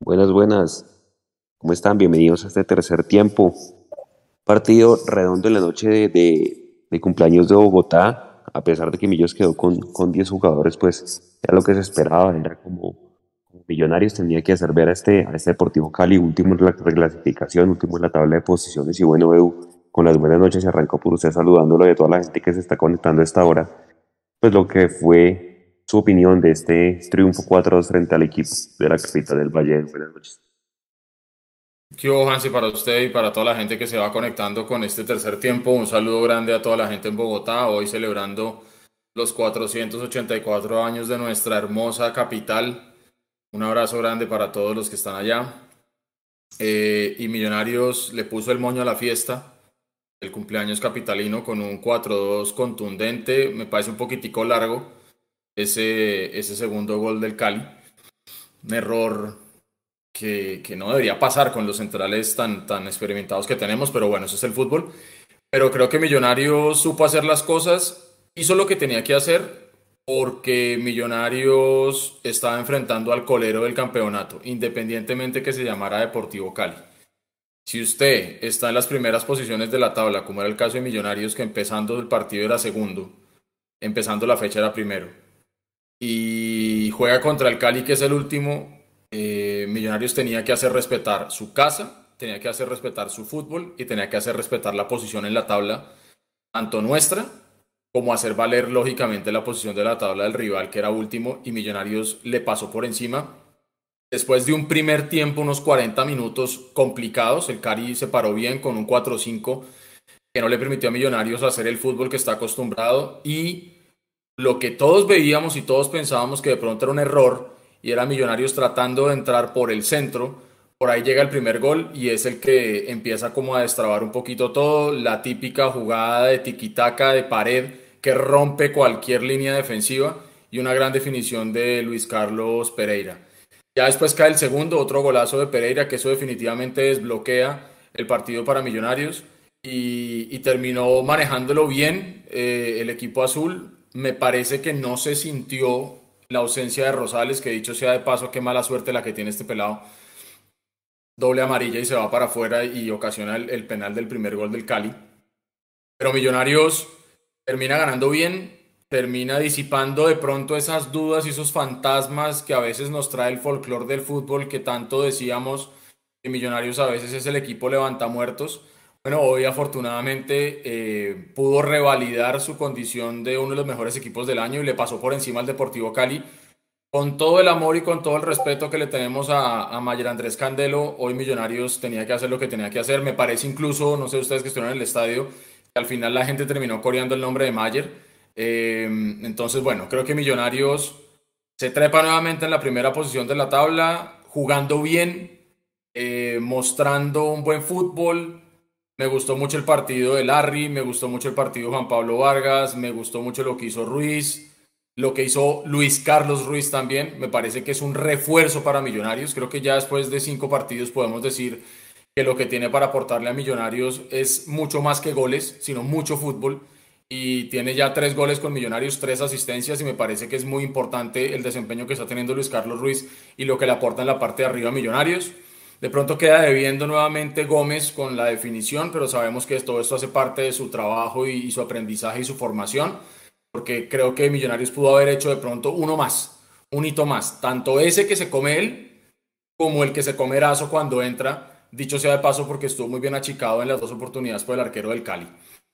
Buenas, buenas. ¿Cómo están? Bienvenidos a este tercer tiempo. Partido redondo en la noche de cumpleaños de Bogotá. A pesar de que Millos quedó con 10 jugadores, pues era lo que se esperaba. Era como Millonarios tenía que hacer ver a este Deportivo Cali último en la reclasificación, último en la tabla de posiciones. Y bueno, Edu, con las buenas noches se arrancó por usted saludándolo y a toda la gente que se está conectando a esta hora. Pues lo que fue su opinión de este triunfo 4-2 frente al equipo de la capital del Valle. Buenas noches. ¿Qué hubo, Hansi, para usted y para toda la gente que se va conectando con este tercer tiempo? Un saludo grande a toda la gente en Bogotá, hoy celebrando los 484 años de nuestra hermosa capital. Un abrazo grande para todos los que están allá. Y Millonarios le puso el moño a la fiesta, el cumpleaños capitalino con un 4-2 contundente. Me parece un poquitico largo ese segundo gol del Cali. Un error que no debería pasar con los centrales tan experimentados que tenemos, pero bueno, eso es el fútbol. Pero creo que Millonarios supo hacer las cosas, hizo lo que tenía que hacer porque Millonarios estaba enfrentando al colero del campeonato, independientemente que se llamara Deportivo Cali. Si usted está en las primeras posiciones de la tabla, como era el caso de Millonarios, que empezando el partido era segundo, empezando la fecha era primero, y juega contra el Cali, que es el último, Millonarios tenía que hacer respetar su casa, tenía que hacer respetar su fútbol y tenía que hacer respetar la posición en la tabla, tanto nuestra como hacer valer lógicamente la posición de la tabla del rival, que era último, y Millonarios le pasó por encima. Después de un primer tiempo, unos 40 minutos complicados, el Cali se paró bien con un 4-5 que no le permitió a Millonarios hacer el fútbol que está acostumbrado, y lo que todos veíamos y todos pensábamos que de pronto era un error y era Millonarios tratando de entrar por el centro. Por ahí llega el primer gol y es el que empieza como a destrabar un poquito todo, la típica jugada de tiquitaca de pared que rompe cualquier línea defensiva y una gran definición de Luis Carlos Pereira. Ya después cae el segundo, otro golazo de Pereira, que eso definitivamente desbloquea el partido para Millonarios y terminó manejándolo bien el equipo azul. Me parece que no se sintió la ausencia de Rosales, que dicho sea de paso, qué mala suerte la que tiene este pelado. Doble amarilla y se va para afuera y ocasiona el penal del primer gol del Cali. Pero Millonarios termina ganando bien, termina disipando de pronto esas dudas y esos fantasmas que a veces nos trae el folclore del fútbol, que tanto decíamos que Millonarios a veces es el equipo levantamuertos. Bueno, hoy afortunadamente pudo revalidar su condición de uno de los mejores equipos del año y le pasó por encima al Deportivo Cali. Con todo el amor y con todo el respeto que le tenemos a Mayer Andrés Candelo, hoy Millonarios tenía que hacer lo que tenía que hacer. Me parece incluso, no sé ustedes que estuvieron en el estadio, que al final la gente terminó coreando el nombre de Mayer. Entonces, bueno, creo que Millonarios se trepa nuevamente en la primera posición de la tabla, jugando bien, mostrando un buen fútbol. Me gustó mucho el partido de Larry, me gustó mucho el partido de Juan Pablo Vargas, me gustó mucho lo que hizo Ruiz. Lo que hizo Luis Carlos Ruiz también, me parece que es un refuerzo para Millonarios. Creo que ya después de 5 partidos podemos decir que lo que tiene para aportarle a Millonarios es mucho más que goles, sino mucho fútbol. Y tiene ya 3 goles con Millonarios, 3 asistencias, y me parece que es muy importante el desempeño que está teniendo Luis Carlos Ruiz y lo que le aporta en la parte de arriba a Millonarios. De pronto queda debiendo nuevamente Gómez con la definición, pero sabemos que todo esto hace parte de su trabajo y su aprendizaje y su formación, porque creo que Millonarios pudo haber hecho de pronto uno más, un hito más, tanto ese que se come él como el que se come Erazo cuando entra, dicho sea de paso porque estuvo muy bien achicado en las dos oportunidades por el arquero del Cali.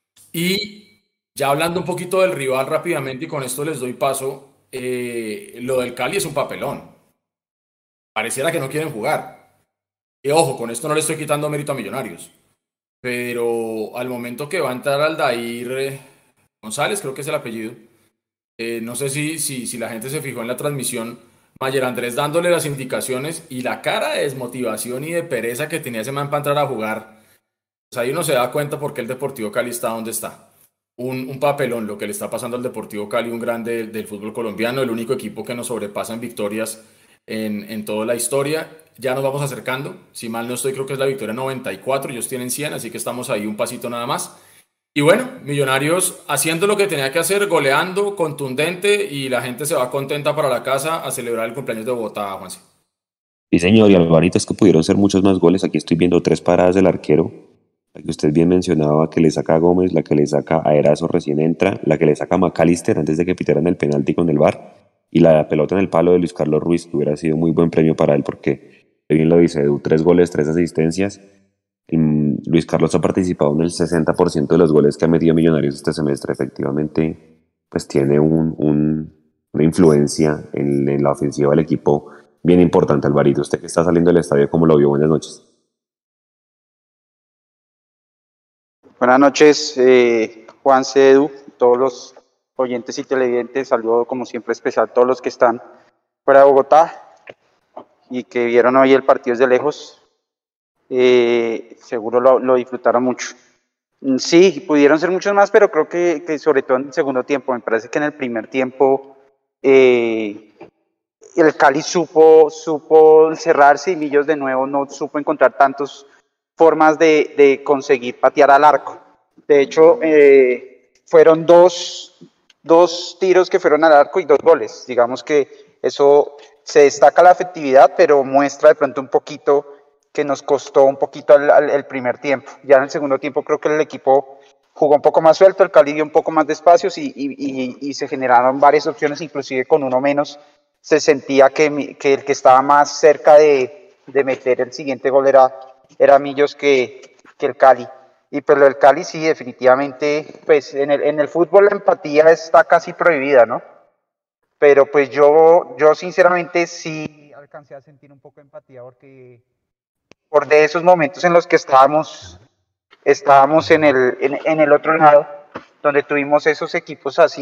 Y ya hablando un poquito del rival rápidamente y con esto les doy paso, lo del Cali es un papelón, pareciera que no quieren jugar. Y ojo, con esto no le estoy quitando mérito a Millonarios, pero al momento que va a entrar Aldair González, creo que es el apellido. No sé si la gente se fijó en la transmisión, Mayer Andrés dándole las indicaciones y la cara de desmotivación y de pereza que tenía ese man para entrar a jugar. Pues ahí uno se da cuenta por qué el Deportivo Cali está donde está. Un papelón lo que le está pasando al Deportivo Cali, un grande del fútbol colombiano, el único equipo que nos sobrepasa en victorias en toda la historia. Ya nos vamos acercando, si mal no estoy, creo que es la victoria 94, ellos tienen 100, así que estamos ahí un pasito nada más. Y bueno, Millonarios haciendo lo que tenía que hacer, goleando, contundente, y la gente se va contenta para la casa a celebrar el cumpleaños de Bogotá, Juanse. Sí, señor, y Alvarito, es que pudieron ser muchos más goles. Aquí estoy viendo 3 paradas del arquero. La que usted bien mencionaba, que le saca a Gómez, la que le saca a Erazo recién entra, la que le saca a McAllister antes de que pitaran el penalti con el VAR, y la pelota en el palo de Luis Carlos Ruiz, que hubiera sido muy buen premio para él, porque, bien lo dice Edu, 3 goles, 3 asistencias. Luis Carlos ha participado en el 60% de los goles que ha metido Millonarios este semestre. Efectivamente, pues tiene una influencia en la ofensiva del equipo bien importante. Alvarito, usted que está saliendo del estadio, ¿cómo lo vio? Buenas noches. Buenas noches, Juan Edu, todos los oyentes y televidentes. Saludo como siempre especial a todos los que están fuera de Bogotá y que vieron hoy el partido desde lejos. Seguro lo disfrutaron mucho. Sí, pudieron ser muchos más, pero creo que sobre todo en el segundo tiempo. Me parece que en el primer tiempo el Cali supo encerrarse y Millos de nuevo no supo encontrar tantas formas de conseguir patear al arco. De hecho, fueron dos tiros que fueron al arco y 2 goles. Digamos que eso se destaca la efectividad, pero muestra de pronto un poquito que nos costó un poquito el primer tiempo. Ya en el segundo tiempo creo que el equipo jugó un poco más suelto, el Cali dio un poco más de espacios y se generaron varias opciones, inclusive con uno menos se sentía que el que estaba más cerca de meter el siguiente gol era Millos que el Cali. Y pues lo del Cali sí, definitivamente, pues en el fútbol la empatía está casi prohibida, ¿no? Pero pues yo sinceramente sí alcancé a sentir un poco de empatía porque por de esos momentos en los que estábamos en el otro lado, donde tuvimos esos equipos así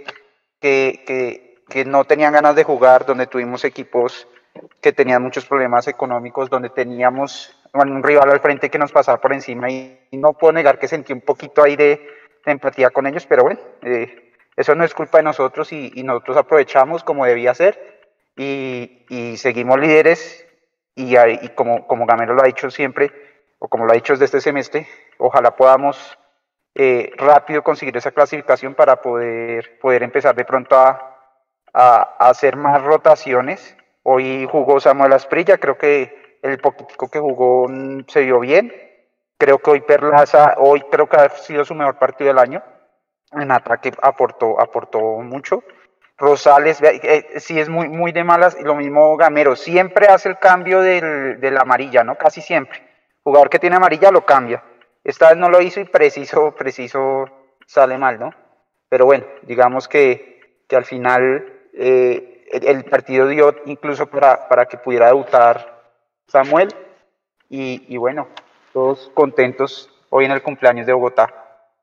que no tenían ganas de jugar, donde tuvimos equipos que tenían muchos problemas económicos, donde teníamos un rival al frente que nos pasaba por encima y no puedo negar que sentí un poquito ahí de empatía con ellos, pero bueno, eso no es culpa de nosotros y nosotros aprovechamos como debía ser y seguimos líderes y como Gamero lo ha dicho siempre, o como lo ha dicho desde este semestre, ojalá podamos rápido conseguir esa clasificación para poder empezar de pronto a hacer más rotaciones. Hoy jugó Samuel Asprilla, creo que el poquitico que jugó se vio bien. Creo que hoy Perlaza, hoy creo que ha sido su mejor partido del año. En ataque aportó mucho. Rosales, sí es muy de malas, y lo mismo Gamero, siempre hace el cambio de la amarilla, ¿no? Casi siempre. Jugador que tiene amarilla lo cambia. Esta vez no lo hizo y preciso sale mal, ¿no? Pero bueno, digamos que al final el partido dio incluso para que pudiera debutar Samuel y bueno, todos contentos hoy en el cumpleaños de Bogotá.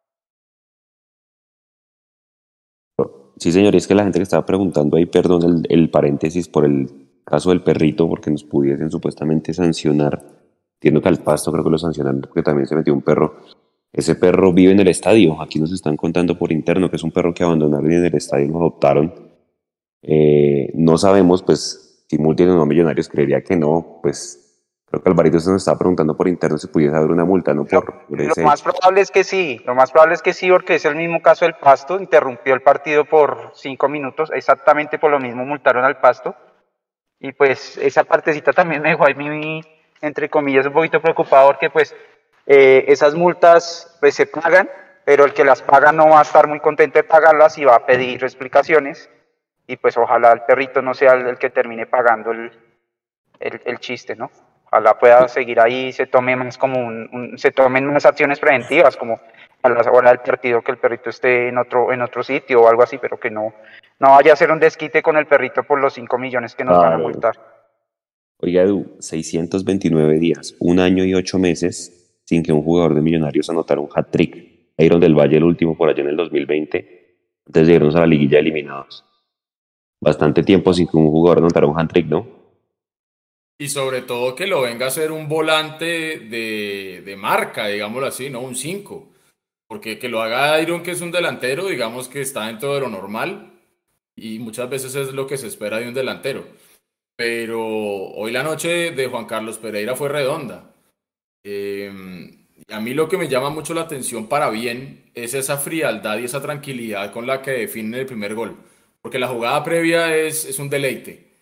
Sí, señor, y es que la gente que estaba preguntando ahí, perdón el paréntesis por el caso del perrito, porque nos pudiesen supuestamente sancionar. Entiendo que al Pasto creo que lo sancionaron porque también se metió un perro. Ese perro vive en el estadio. Aquí nos están contando por interno que es un perro que abandonaron en el estadio y lo adoptaron. No sabemos, pues, si multen o no a Millonarios, creería que no. Pues, creo que Alvarito se nos estaba preguntando por interno si pudiese haber una multa, ¿no? Por Lo ese más hecho. probable es que sí, porque es el mismo caso del Pasto, interrumpió el partido por 5 minutos, exactamente por lo mismo multaron al Pasto, y pues esa partecita también me dejó ahí entre comillas, un poquito preocupado, porque pues esas multas pues se pagan, pero el que las paga no va a estar muy contento de pagarlas y va a pedir explicaciones, y pues ojalá el perrito no sea el que termine pagando el chiste, ¿no? Ojalá pueda seguir ahí y se tome más como se tomen unas acciones preventivas, como a la hora del partido que el perrito esté en otro sitio o algo así, pero que no vaya a ser un desquite con el perrito por los 5 millones que nos van a Claro. multar. Oiga, Edu, 629 días, 1 año y 8 meses sin que un jugador de Millonarios anotara un hat-trick. Iron del Valle el último por allá en el 2020, antes de irnos a la liguilla eliminados. Bastante tiempo sin que un jugador anotara un hat-trick, ¿no? Y sobre todo que lo venga a ser un volante de marca, digámoslo así, no un 5. Porque que lo haga Iron, que es un delantero, digamos que está dentro de lo normal. Y muchas veces es lo que se espera de un delantero. Pero hoy la noche de Juan Carlos Pereira fue redonda. A mí lo que me llama mucho la atención para bien es esa frialdad y esa tranquilidad con la que definen el primer gol. Porque la jugada previa es un deleite.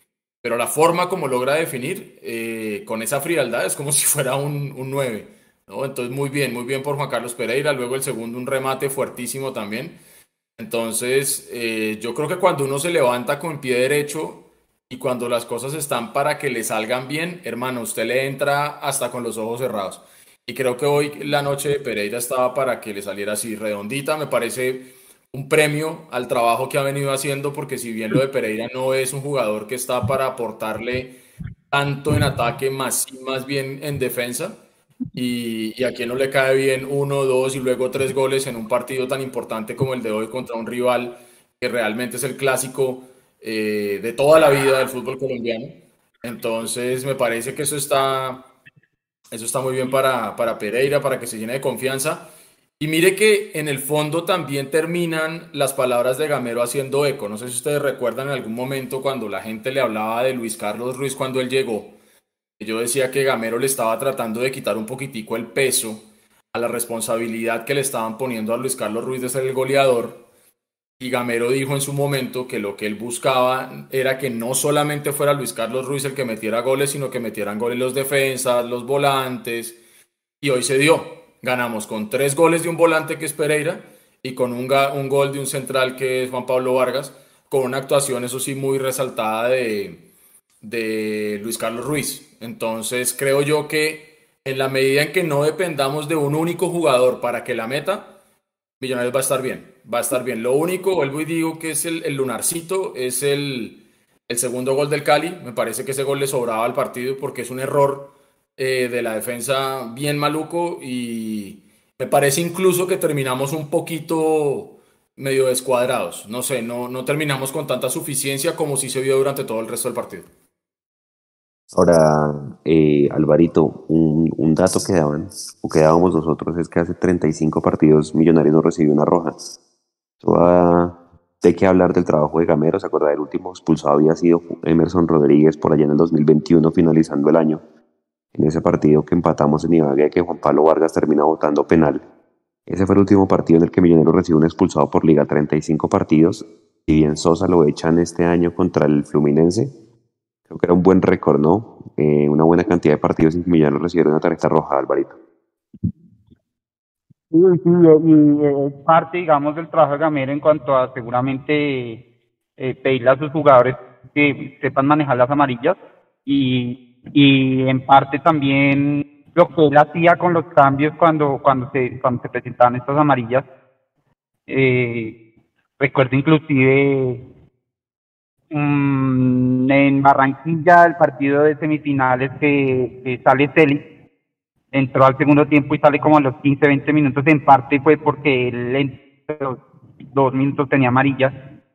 pero la forma como logra definir con esa frialdad es como si fuera un 9, ¿no? Entonces muy bien por Juan Carlos Pereira, luego el segundo un remate fuertísimo también. Entonces, yo creo que cuando uno se levanta con el pie derecho y cuando las cosas están para que le salgan bien, hermano, usted le entra hasta con los ojos cerrados. Y creo que hoy la noche de Pereira estaba para que le saliera así redondita. Me parece un premio al trabajo que ha venido haciendo, porque si bien lo de Pereira no es un jugador que está para aportarle tanto en ataque, más bien en defensa. Y a quien no le cae bien uno, dos y luego tres goles en un partido tan importante como el de hoy contra un rival que realmente es el clásico de toda la vida del fútbol colombiano. Entonces me parece que eso está muy bien para Pereira, para que se llene de confianza. Y mire que en el fondo también terminan las palabras de Gamero haciendo eco. No sé si ustedes recuerdan en algún momento cuando la gente le hablaba de Luis Carlos Ruiz cuando él llegó. Yo decía que Gamero le estaba tratando de quitar un poquitico el peso a la responsabilidad que le estaban poniendo a Luis Carlos Ruiz de ser el goleador. Y Gamero dijo en su momento que lo que él buscaba era que no solamente fuera Luis Carlos Ruiz el que metiera goles, sino que metieran goles los defensas, los volantes. Y hoy se dio. Ganamos con 3 goles de un volante que es Pereira y con un gol de un central que es Juan Pablo Vargas, con una actuación, eso sí, muy resaltada de Luis Carlos Ruiz. Entonces creo yo que en la medida en que no dependamos de un único jugador para que la meta, Millonarios va a estar bien, va a estar bien. Lo único, vuelvo y digo que es el lunarcito, es el segundo gol del Cali. Me parece que ese gol le sobraba al partido porque es un error de la defensa bien maluco y me parece incluso que terminamos un poquito medio descuadrados. No sé, no terminamos con tanta suficiencia como si se vio durante todo el resto del partido. Ahora, Alvarito, un dato que daban, o que dábamos nosotros, es que hace 35 partidos Millonarios no recibió una roja. Eso da de qué hablar del trabajo de Gamero. ¿Se acuerda? El último expulsado había sido Emerson Rodríguez por allá en el 2021, finalizando el año. En ese partido que empatamos en Ibagué, que Juan Pablo Vargas termina votando penal. Ese fue el último partido en el que Millonarios recibió un expulsado por liga, 35 partidos. Y bien Sosa lo echan este año contra el Fluminense. Creo que era un buen récord, ¿no? Una buena cantidad de partidos sin que Millonarios recibiera una tarjeta roja, Alvarito. Sí, sí, y es parte, digamos, del trabajo de Gamero en cuanto a seguramente pedirle a sus jugadores que sepan manejar las amarillas y en parte también lo que él hacía con los cambios cuando se presentaban estas amarillas. Eh, Recuerdo inclusive en Barranquilla el partido de semifinales que sale Celis, entró al segundo tiempo y sale como a los 15, 20 minutos, en parte fue porque él en los 2 minutos tenía amarillas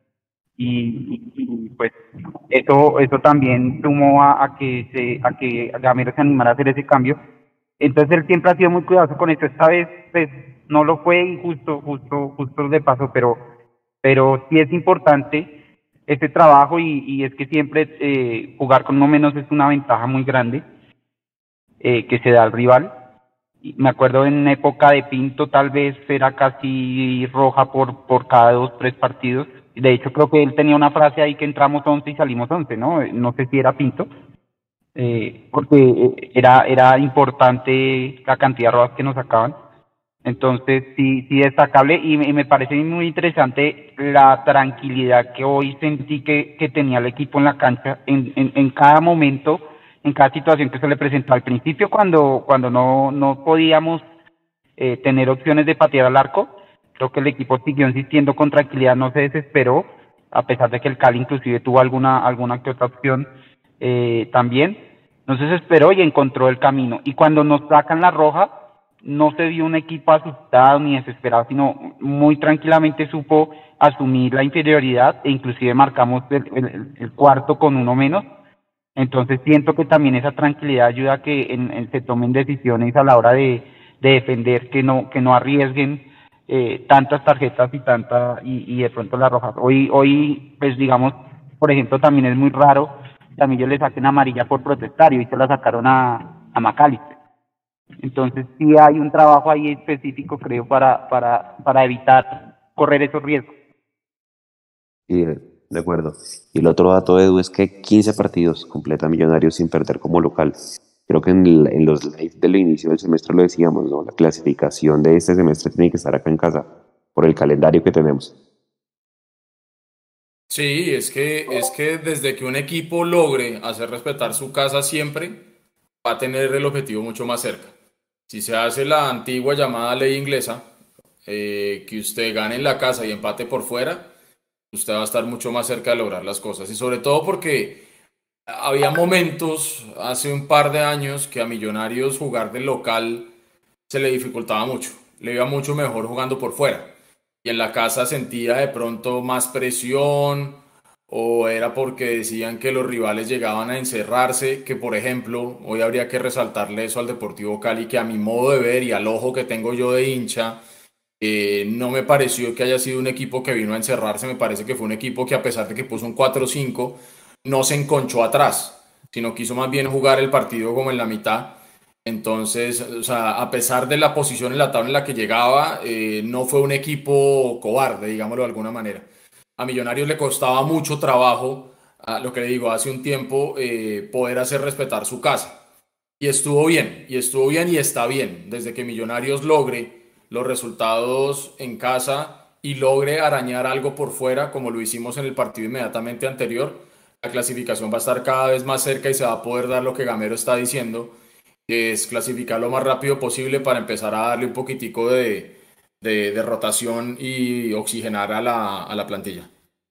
y, pues eso también sumó a que Gamero se animara a hacer ese cambio. Entonces él siempre ha sido muy cuidadoso con esto. Esta vez pues no lo fue y justo le pasó, pero sí es importante este trabajo y es que siempre jugar con uno menos es una ventaja muy grande que se da al rival. Y me acuerdo en época de Pinto tal vez era casi roja por cada 2, 3 partidos. De hecho creo que él tenía una frase ahí que entramos 11 y salimos 11, ¿no? No sé si era Pinto, porque era importante la cantidad de rojas que nos sacaban. Entonces sí destacable y me parece muy interesante la tranquilidad que hoy sentí que tenía el equipo en la cancha en cada momento, en cada situación que se le presentó al principio cuando no podíamos tener opciones de patear al arco. Creo que el equipo siguió insistiendo con tranquilidad, no se desesperó, a pesar de que el Cali inclusive tuvo alguna que otra opción también. No se desesperó y encontró el camino. Y cuando nos sacan la roja, no se vio un equipo asustado ni desesperado, sino muy tranquilamente supo asumir la inferioridad e inclusive marcamos el cuarto con uno menos. Entonces siento que también esa tranquilidad ayuda a que se tomen decisiones a la hora de defender, que no arriesguen tantas tarjetas y de pronto las rojas. Hoy, pues digamos, por ejemplo, también es muy raro que a mí yo le saquen amarilla por protestario y se la sacaron a McAllister. Entonces sí hay un trabajo ahí específico, creo, para evitar correr esos riesgos. Y de acuerdo. Y el otro dato, Edu, es que 15 partidos completa Millonarios sin perder como local. Creo que en los live del inicio del semestre lo decíamos, ¿no? La clasificación de este semestre tiene que estar acá en casa, por el calendario que tenemos. Sí, es que desde que un equipo logre hacer respetar su casa siempre, va a tener el objetivo mucho más cerca. Si se hace la antigua llamada ley inglesa, que usted gane en la casa y empate por fuera, usted va a estar mucho más cerca de lograr las cosas. Y sobre todo porque había momentos hace un par de años que a Millonarios jugar de local se le dificultaba mucho. Le iba mucho mejor jugando por fuera. Y en la casa sentía de pronto más presión o era porque decían que los rivales llegaban a encerrarse, que por ejemplo, hoy habría que resaltarle eso al Deportivo Cali, que a mi modo de ver y al ojo que tengo yo de hincha, no me pareció que haya sido un equipo que vino a encerrarse, me parece que fue un equipo que a pesar de que puso un 4-5 no se enconchó atrás, sino quiso más bien jugar el partido como en la mitad. Entonces, o sea, a pesar de la posición en la tabla en la que llegaba, no fue un equipo cobarde, digámoslo de alguna manera. A Millonarios le costaba mucho trabajo, a lo que le digo, hace un tiempo, poder hacer respetar su casa. Y estuvo bien y está bien. Desde que Millonarios logre los resultados en casa y logre arañar algo por fuera, como lo hicimos en el partido inmediatamente anterior, la clasificación va a estar cada vez más cerca y se va a poder dar lo que Gamero está diciendo, que es clasificar lo más rápido posible para empezar a darle un poquitico de rotación y oxigenar a la plantilla.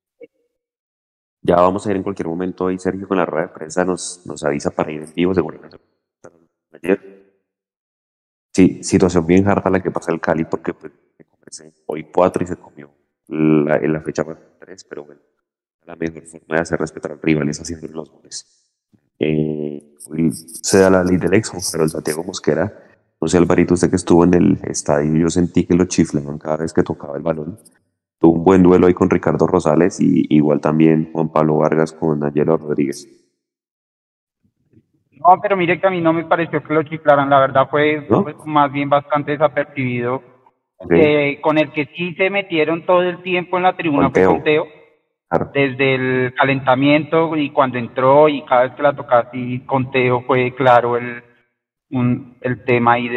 Ya vamos a ir en cualquier momento ahí, Sergio, con la rueda de prensa nos avisa para ir en vivo, seguramente. Ayer. Sí, situación bien harta la que pasa el Cali, porque pues, me comencé hoy 4 y se comió en la fecha 3, pero bueno, la mejor forma de hacer respetar al rival es haciendo los goles. Hoy se da la ley del ex, pero el Santiago Mosquera, no sé, Alvarito, usted que estuvo en el estadio, yo sentí que lo chiflaban cada vez que tocaba el balón. Tuvo un buen duelo ahí con Ricardo Rosales y igual también Juan Pablo Vargas con Angelo Rodríguez. No, pero mire que a mí no me pareció que lo chiflaran, la verdad ¿No? fue más bien bastante desapercibido. Ok. Con el que sí se metieron todo el tiempo en la tribuna fue Conteo. con Teo, Claro. desde el calentamiento y cuando entró y cada vez que la tocaba así con Teo fue claro el tema ahí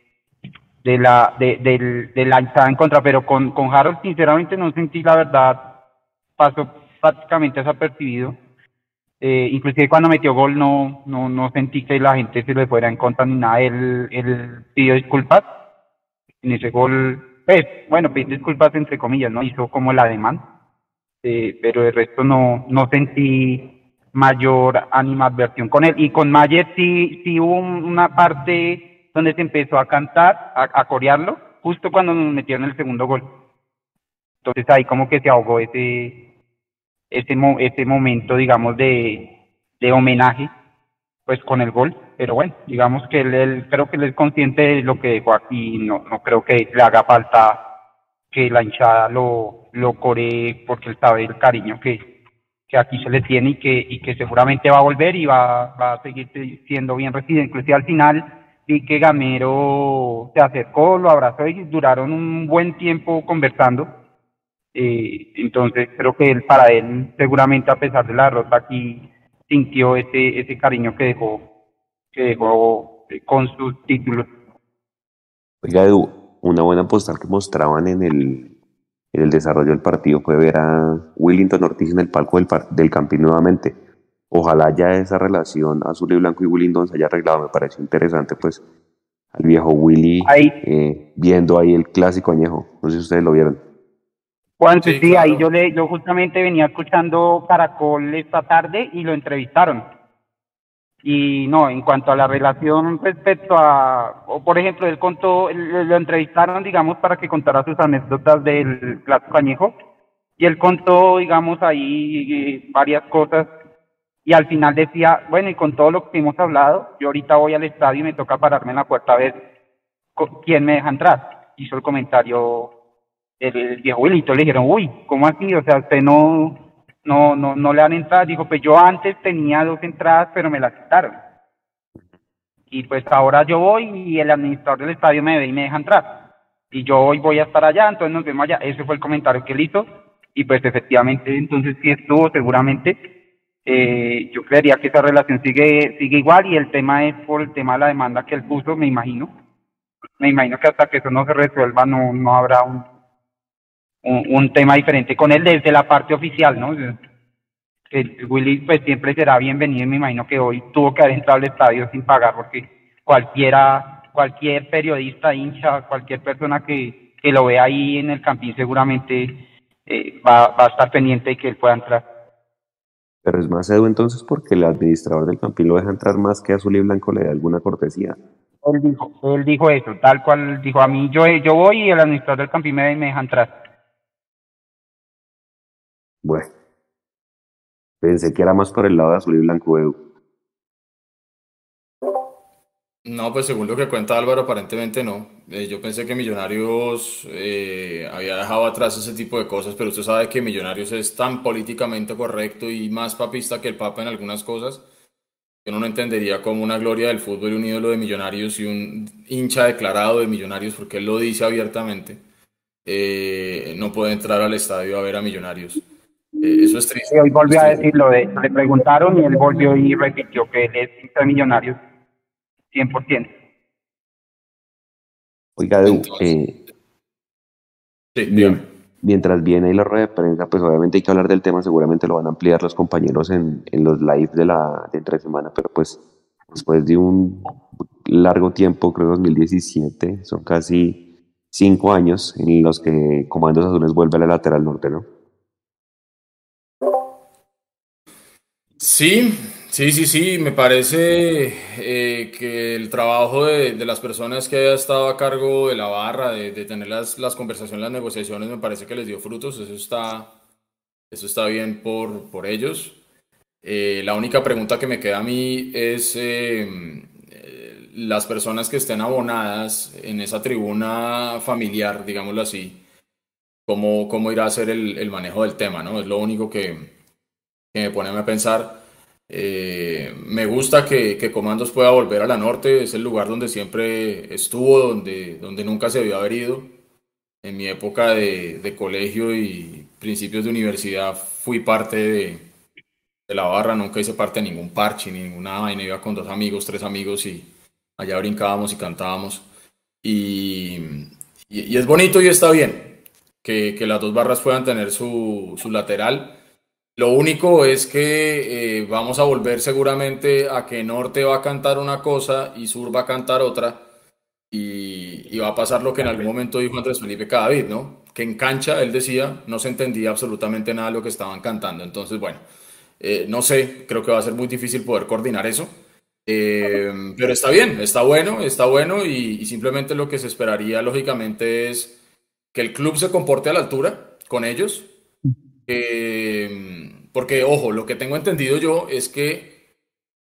de la alzada en contra, pero con Harold sinceramente no sentí la verdad, pasó prácticamente desapercibido. Inclusive cuando metió gol no sentí que la gente se le fuera en contra ni nada. Él pidió disculpas en ese gol. Pues, bueno, pidió disculpas entre comillas, ¿no? Hizo como el ademán. Pero de resto no sentí mayor animadversión con él. Y con Mayer sí hubo una parte donde se empezó a cantar, a corearlo, justo cuando nos metieron el segundo gol. Entonces ahí como que se ahogó ese momento, digamos, de homenaje, pues con el gol. Pero bueno, digamos que él creo que él es consciente de lo que dejó aquí. No creo que le haga falta que la hinchada lo coree, porque él sabe el cariño que aquí se le tiene y que seguramente va a volver y va a seguir siendo bien recibido. Inclusive al final vi que Gamero se acercó, lo abrazó y duraron un buen tiempo conversando. Entonces creo que para él seguramente a pesar de la derrota aquí sintió ese cariño que dejó con sus títulos. Oiga, Edu, una buena postal que mostraban en el desarrollo del partido fue ver a Willington Ortiz en el palco del Campín nuevamente. Ojalá ya esa relación azul y blanco y Willington se haya arreglado. Me pareció interesante, pues, al viejo Willy Ahí, viendo ahí el clásico añejo. No sé si ustedes lo vieron. Juan, Sí, sí, ahí claro. yo justamente venía escuchando Caracol esta tarde y lo entrevistaron. Y no, en cuanto a la relación respecto o por ejemplo, él contó, lo entrevistaron, digamos, para que contara sus anécdotas del clásico añejo, y él contó, digamos, ahí varias cosas, y al final decía, bueno, y con todo lo que hemos hablado, yo ahorita voy al estadio y me toca pararme en la puerta a ver quién me deja entrar. Hizo el comentario el viejo Wilito, le dijeron, uy, ¿cómo así? O sea, usted no le dan entradas. Dijo, pues yo antes tenía 2 entradas, pero me las quitaron. Y pues ahora yo voy y el administrador del estadio me ve y me deja entrar. Y yo hoy voy a estar allá, entonces nos vemos allá. Ese fue el comentario que él hizo. y pues efectivamente entonces sí estuvo seguramente. Yo creería que esa relación sigue igual, y el tema es por el tema de la demanda que él puso, me imagino que hasta que eso no se resuelva no habrá un tema diferente con él desde la parte oficial, ¿no? El Willy pues siempre será bienvenido, y me imagino que hoy tuvo que haber entrado al estadio sin pagar, porque cualquier periodista, hincha, cualquier persona que lo vea ahí en el Campín seguramente va a estar pendiente de que él pueda entrar. Pero es más Edu entonces porque el administrador del Campín lo deja entrar más que Azul y Blanco le da alguna cortesía. Él dijo eso, tal cual dijo: a mí yo voy y el administrador del Campín me deja entrar. Bueno, pensé que era más por el lado de Azul y Blanco, Edu. No, pues según lo que cuenta Álvaro, aparentemente no. Yo pensé que Millonarios había dejado atrás ese tipo de cosas, pero usted sabe que Millonarios es tan políticamente correcto y más papista que el Papa en algunas cosas. Yo no entendería cómo una gloria del fútbol y un ídolo de Millonarios y un hincha declarado de Millonarios, porque él lo dice abiertamente, no puede entrar al estadio a ver a Millonarios. Eso es triste. Y hoy volvió a decirlo, le preguntaron y él volvió y repitió que él es hincha de Millonarios 100%. Oiga, Edu, Entonces, sí, dígame. mientras viene ahí la rueda de prensa, pues obviamente hay que hablar del tema, seguramente lo van a ampliar los compañeros en los live de entre semana, pero pues después de un largo tiempo, creo 2017, son casi 5 años en los que Comandos Azules vuelve a la lateral norte, ¿no? Sí, sí, me parece que el trabajo de las personas que haya estado a cargo de la barra, de tener las conversaciones, las negociaciones, me parece que les dio frutos. Eso está bien por ellos. La única pregunta que me queda a mí es las personas que estén abonadas en esa tribuna familiar, digámoslo así, cómo irá a ser el manejo del tema, ¿no? Es lo único que me pone a pensar. Me gusta que Comandos pueda volver a la Norte, es el lugar donde siempre estuvo, donde nunca se debió haber ido. En mi época de colegio y principios de universidad fui parte de la barra, nunca hice parte de ningún parche, ni ninguna vaina, iba con 2 amigos, 3 amigos y allá brincábamos y cantábamos. Y es bonito y está bien que las dos barras puedan tener su lateral. Lo único es que vamos a volver seguramente a que Norte va a cantar una cosa y Sur va a cantar otra, y va a pasar lo que en algún momento dijo Andrés Felipe Cadavid, ¿no? Que en cancha, él decía, no se entendía absolutamente nada de lo que estaban cantando. Entonces, bueno, no sé, creo que va a ser muy difícil poder coordinar eso. Pero está bien, está bueno y simplemente lo que se esperaría lógicamente es que el club se comporte a la altura con ellos. Porque, ojo, lo que tengo entendido yo es que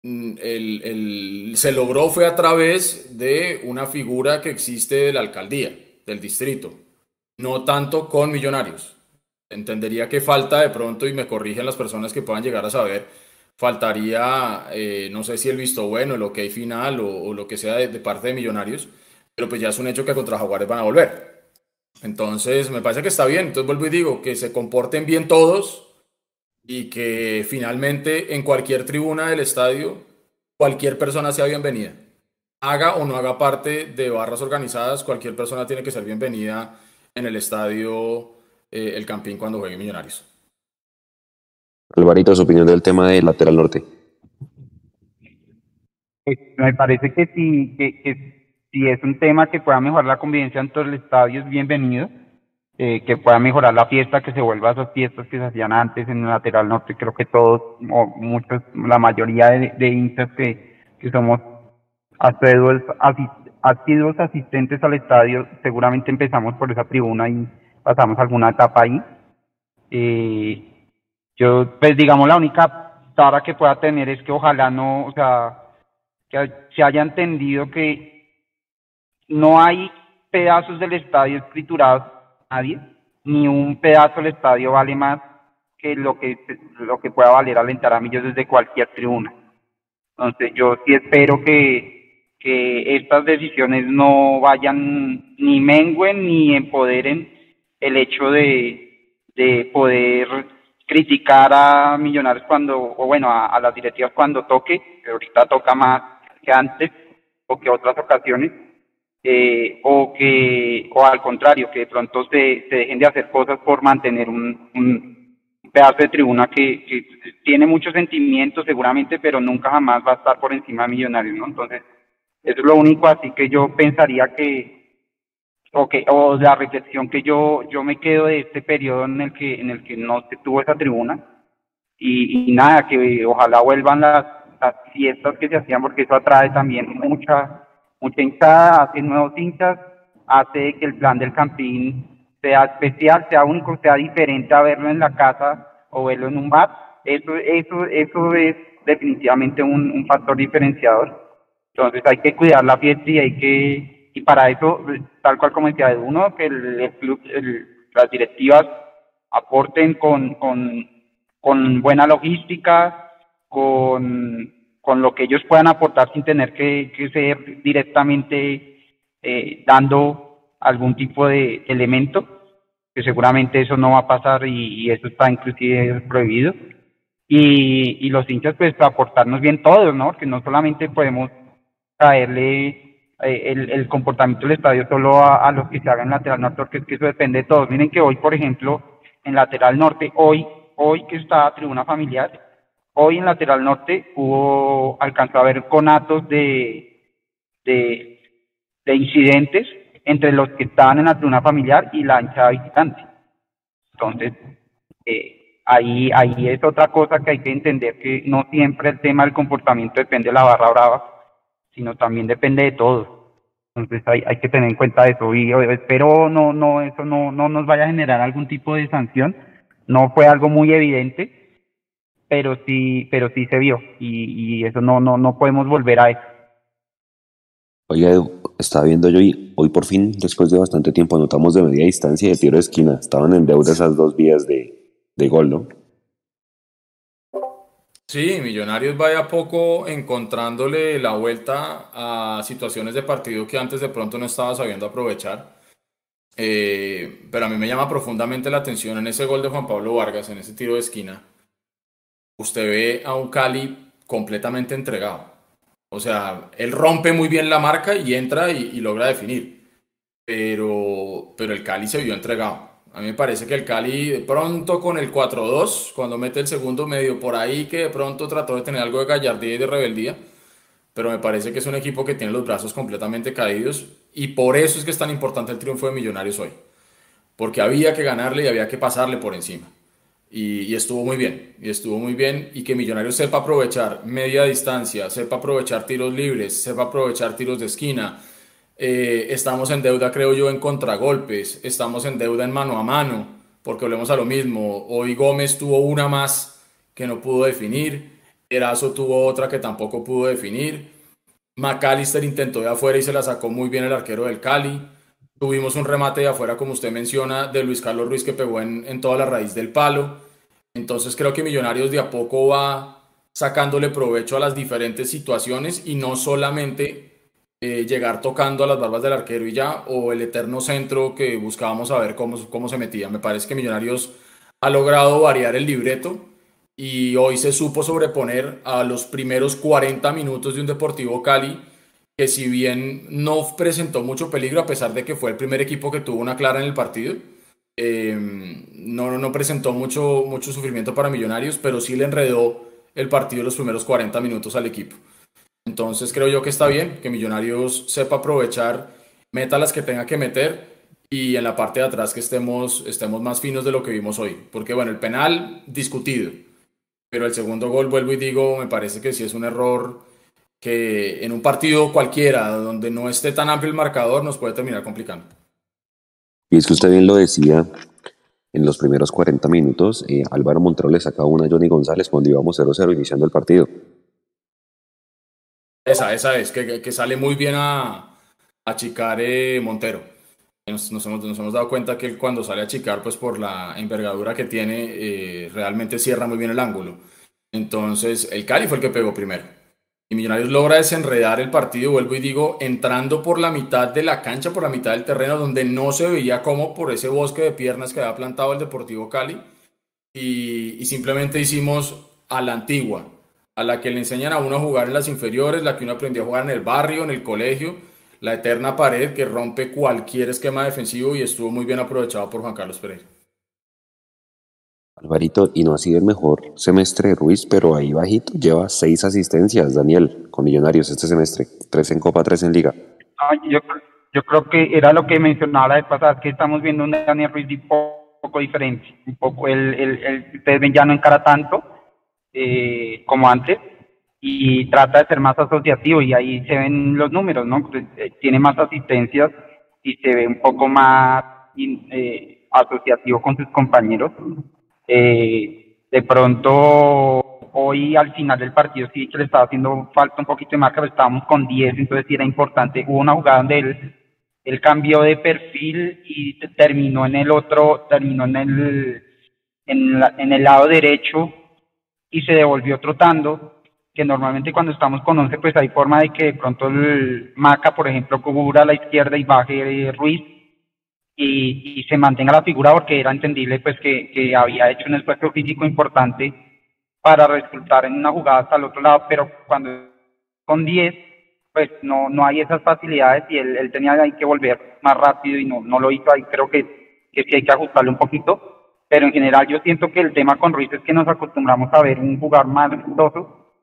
se logró fue a través de una figura que existe de la alcaldía, del distrito, no tanto con Millonarios. Entendería que falta de pronto, y me corrigen las personas que puedan llegar a saber, faltaría, no sé si el visto bueno, el ok final o lo que sea de parte de Millonarios, pero pues ya es un hecho que contra Jaguares van a volver. Entonces, me parece que está bien. Entonces vuelvo y digo, que se comporten bien todos y que finalmente en cualquier tribuna del estadio, cualquier persona sea bienvenida. Haga o no haga parte de barras organizadas, cualquier persona tiene que ser bienvenida en el estadio El Campín cuando juegue Millonarios. Alvarito, su opinión del tema de lateral norte. Me parece que sí, que si es un tema que pueda mejorar la convivencia en todo el estadio, es bienvenido. Que pueda mejorar la fiesta, que se vuelva a esas fiestas que se hacían antes en el lateral norte. Creo que todos, o muchos, la mayoría de hinchas que somos asiduos asistentes al estadio, seguramente empezamos por esa tribuna y pasamos alguna etapa ahí. Yo, pues digamos, la única tara que pueda tener es que ojalá no, o sea, que se haya entendido que no hay pedazos del estadio escriturados a nadie, ni un pedazo del estadio vale más que lo que pueda valer alentar a Millos desde cualquier tribuna. Entonces yo sí espero que estas decisiones no vayan ni mengüen ni empoderen el hecho de poder criticar a Millonarios a las directivas cuando toque, que ahorita toca más que antes o que otras ocasiones, o al contrario, que de pronto se dejen de hacer cosas por mantener un pedazo de tribuna que tiene muchos sentimientos seguramente, pero nunca jamás va a estar por encima de Millonarios, ¿no? Entonces, eso es lo único así que yo pensaría o la reflexión que yo me quedo de este periodo en el que no se tuvo esa tribuna y nada, que ojalá vuelvan las fiestas que se hacían porque eso atrae también mucha hinchada, hace nuevos hinchas, hace que el plan del Campín sea especial, sea único, sea diferente a verlo en la casa o verlo en un bar. Eso es definitivamente un factor diferenciador. Entonces hay que cuidar la fiesta y para eso, tal cual como decía uno, que el club, las directivas aporten con buena logística, con lo que ellos puedan aportar sin tener que ser directamente dando algún tipo de elemento, que seguramente eso no va a pasar y eso está inclusive prohibido. Y los hinchas pues aportarnos bien todos, ¿no? Que no solamente podemos traerle el comportamiento del estadio solo a los que se hagan en lateral norte, porque es que eso depende de todos. Miren que hoy, por ejemplo, en lateral norte, hoy que está tribuna familiar, hoy en lateral norte alcanzó a haber conatos de, de incidentes entre los que estaban en la tribuna familiar y la hinchada visitante. Entonces, ahí es otra cosa que hay que entender, que no siempre el tema del comportamiento depende de la barra brava, sino también depende de todo. Entonces hay que tener en cuenta eso y espero eso no nos vaya a generar algún tipo de sanción. No fue algo muy evidente, pero sí se vio y eso no podemos volver a eso. Oiga, Edu, estaba viendo yo y hoy por fin, después de bastante tiempo, anotamos de media distancia y de tiro de esquina. Estaban en deuda esas dos vías de gol, ¿no? Sí, Millonarios vaya a poco encontrándole la vuelta a situaciones de partido que antes de pronto no estaba sabiendo aprovechar. Pero a mí me llama profundamente la atención en ese gol de Juan Pablo Vargas, en ese tiro de esquina. Usted ve a un Cali completamente entregado. O sea, él rompe muy bien la marca y entra y logra definir. Pero el Cali se vio entregado. A mí me parece que el Cali de pronto con el 4-2, cuando mete el segundo medio por ahí, que de pronto trató de tener algo de gallardía y de rebeldía, pero me parece que es un equipo que tiene los brazos completamente caídos y por eso es que es tan importante el triunfo de Millonarios hoy, porque había que ganarle y había que pasarle por encima. Y estuvo muy bien, y que Millonarios sepa aprovechar media distancia, sepa aprovechar tiros libres, sepa aprovechar tiros de esquina. Estamos en deuda, creo yo, en contragolpes, estamos en deuda en mano a mano, porque volvemos a lo mismo. Hoy Gómez tuvo una más que no pudo definir, Erazo tuvo otra que tampoco pudo definir, McAllister intentó de afuera y se la sacó muy bien el arquero del Cali. Tuvimos un remate de afuera, como usted menciona, de Luis Carlos Ruiz que pegó en toda la raíz del palo. Entonces creo que Millonarios de a poco va sacándole provecho a las diferentes situaciones y no solamente llegar tocando a las barbas del arquero y ya, o el eterno centro que buscábamos saber cómo se metía. Me parece que Millonarios ha logrado variar el libreto y hoy se supo sobreponer a los primeros 40 minutos de un Deportivo Cali que si bien no presentó mucho peligro a pesar de que fue el primer equipo que tuvo una clara en el partido, no presentó mucho sufrimiento para Millonarios, pero sí le enredó el partido los primeros 40 minutos al equipo. Entonces creo yo que está bien, que Millonarios sepa aprovechar, meta las que tenga que meter y en la parte de atrás que estemos más finos de lo que vimos hoy. Porque bueno, el penal discutido, pero el segundo gol, vuelvo y digo, me parece que sí es un error que en un partido cualquiera, donde no esté tan amplio el marcador, nos puede terminar complicando. Y es que usted bien lo decía, en los primeros 40 minutos, Álvaro Montero le saca una a Johnny González cuando íbamos 0-0 iniciando el partido. Esa es, que sale muy bien a achicar Montero. Nos hemos dado cuenta que él cuando sale a achicar, pues por la envergadura que tiene, realmente cierra muy bien el ángulo. Entonces, el Cali fue el que pegó primero. y Millonarios logra desenredar el partido, vuelvo y digo, entrando por la mitad de la cancha, por la mitad del terreno, donde no se veía cómo por ese bosque de piernas que había plantado el Deportivo Cali, y simplemente hicimos a la antigua, a la que le enseñan a uno a jugar en las inferiores, la que uno aprendió a jugar en el barrio, en el colegio, la eterna pared que rompe cualquier esquema defensivo y estuvo muy bien aprovechado por Juan Carlos Pereira. Alvarito, y no ha sido el mejor semestre de Ruiz, pero ahí bajito lleva 6 asistencias, Daniel, con Millonarios este semestre, 3 en Copa, 3 en Liga. No, yo creo que era lo que mencionaba la vez pasada, que estamos viendo un Daniel Ruiz un poco diferente, un poco ustedes ven ya no encara tanto como antes, y trata de ser más asociativo, y ahí se ven los números, ¿no? Pues, tiene más asistencias y se ve un poco más asociativo con sus compañeros. De pronto, hoy al final del partido sí que le estaba haciendo falta un poquito de marca, pero estábamos con 10, entonces sí era importante. Hubo una jugada donde él cambió de perfil y terminó en el lado derecho y se devolvió trotando, que normalmente cuando estamos con 11 pues hay forma de que de pronto el Maca, por ejemplo, cubra a la izquierda y baje Ruiz y se mantenga la figura, porque era entendible pues que había hecho un esfuerzo físico importante para resultar en una jugada hasta el otro lado, pero cuando con 10 pues no hay esas facilidades y él tenía ahí que volver más rápido y no lo hizo. Ahí creo que sí hay que ajustarle un poquito, pero en general yo siento que el tema con Ruiz es que nos acostumbramos a ver un jugador más vistoso,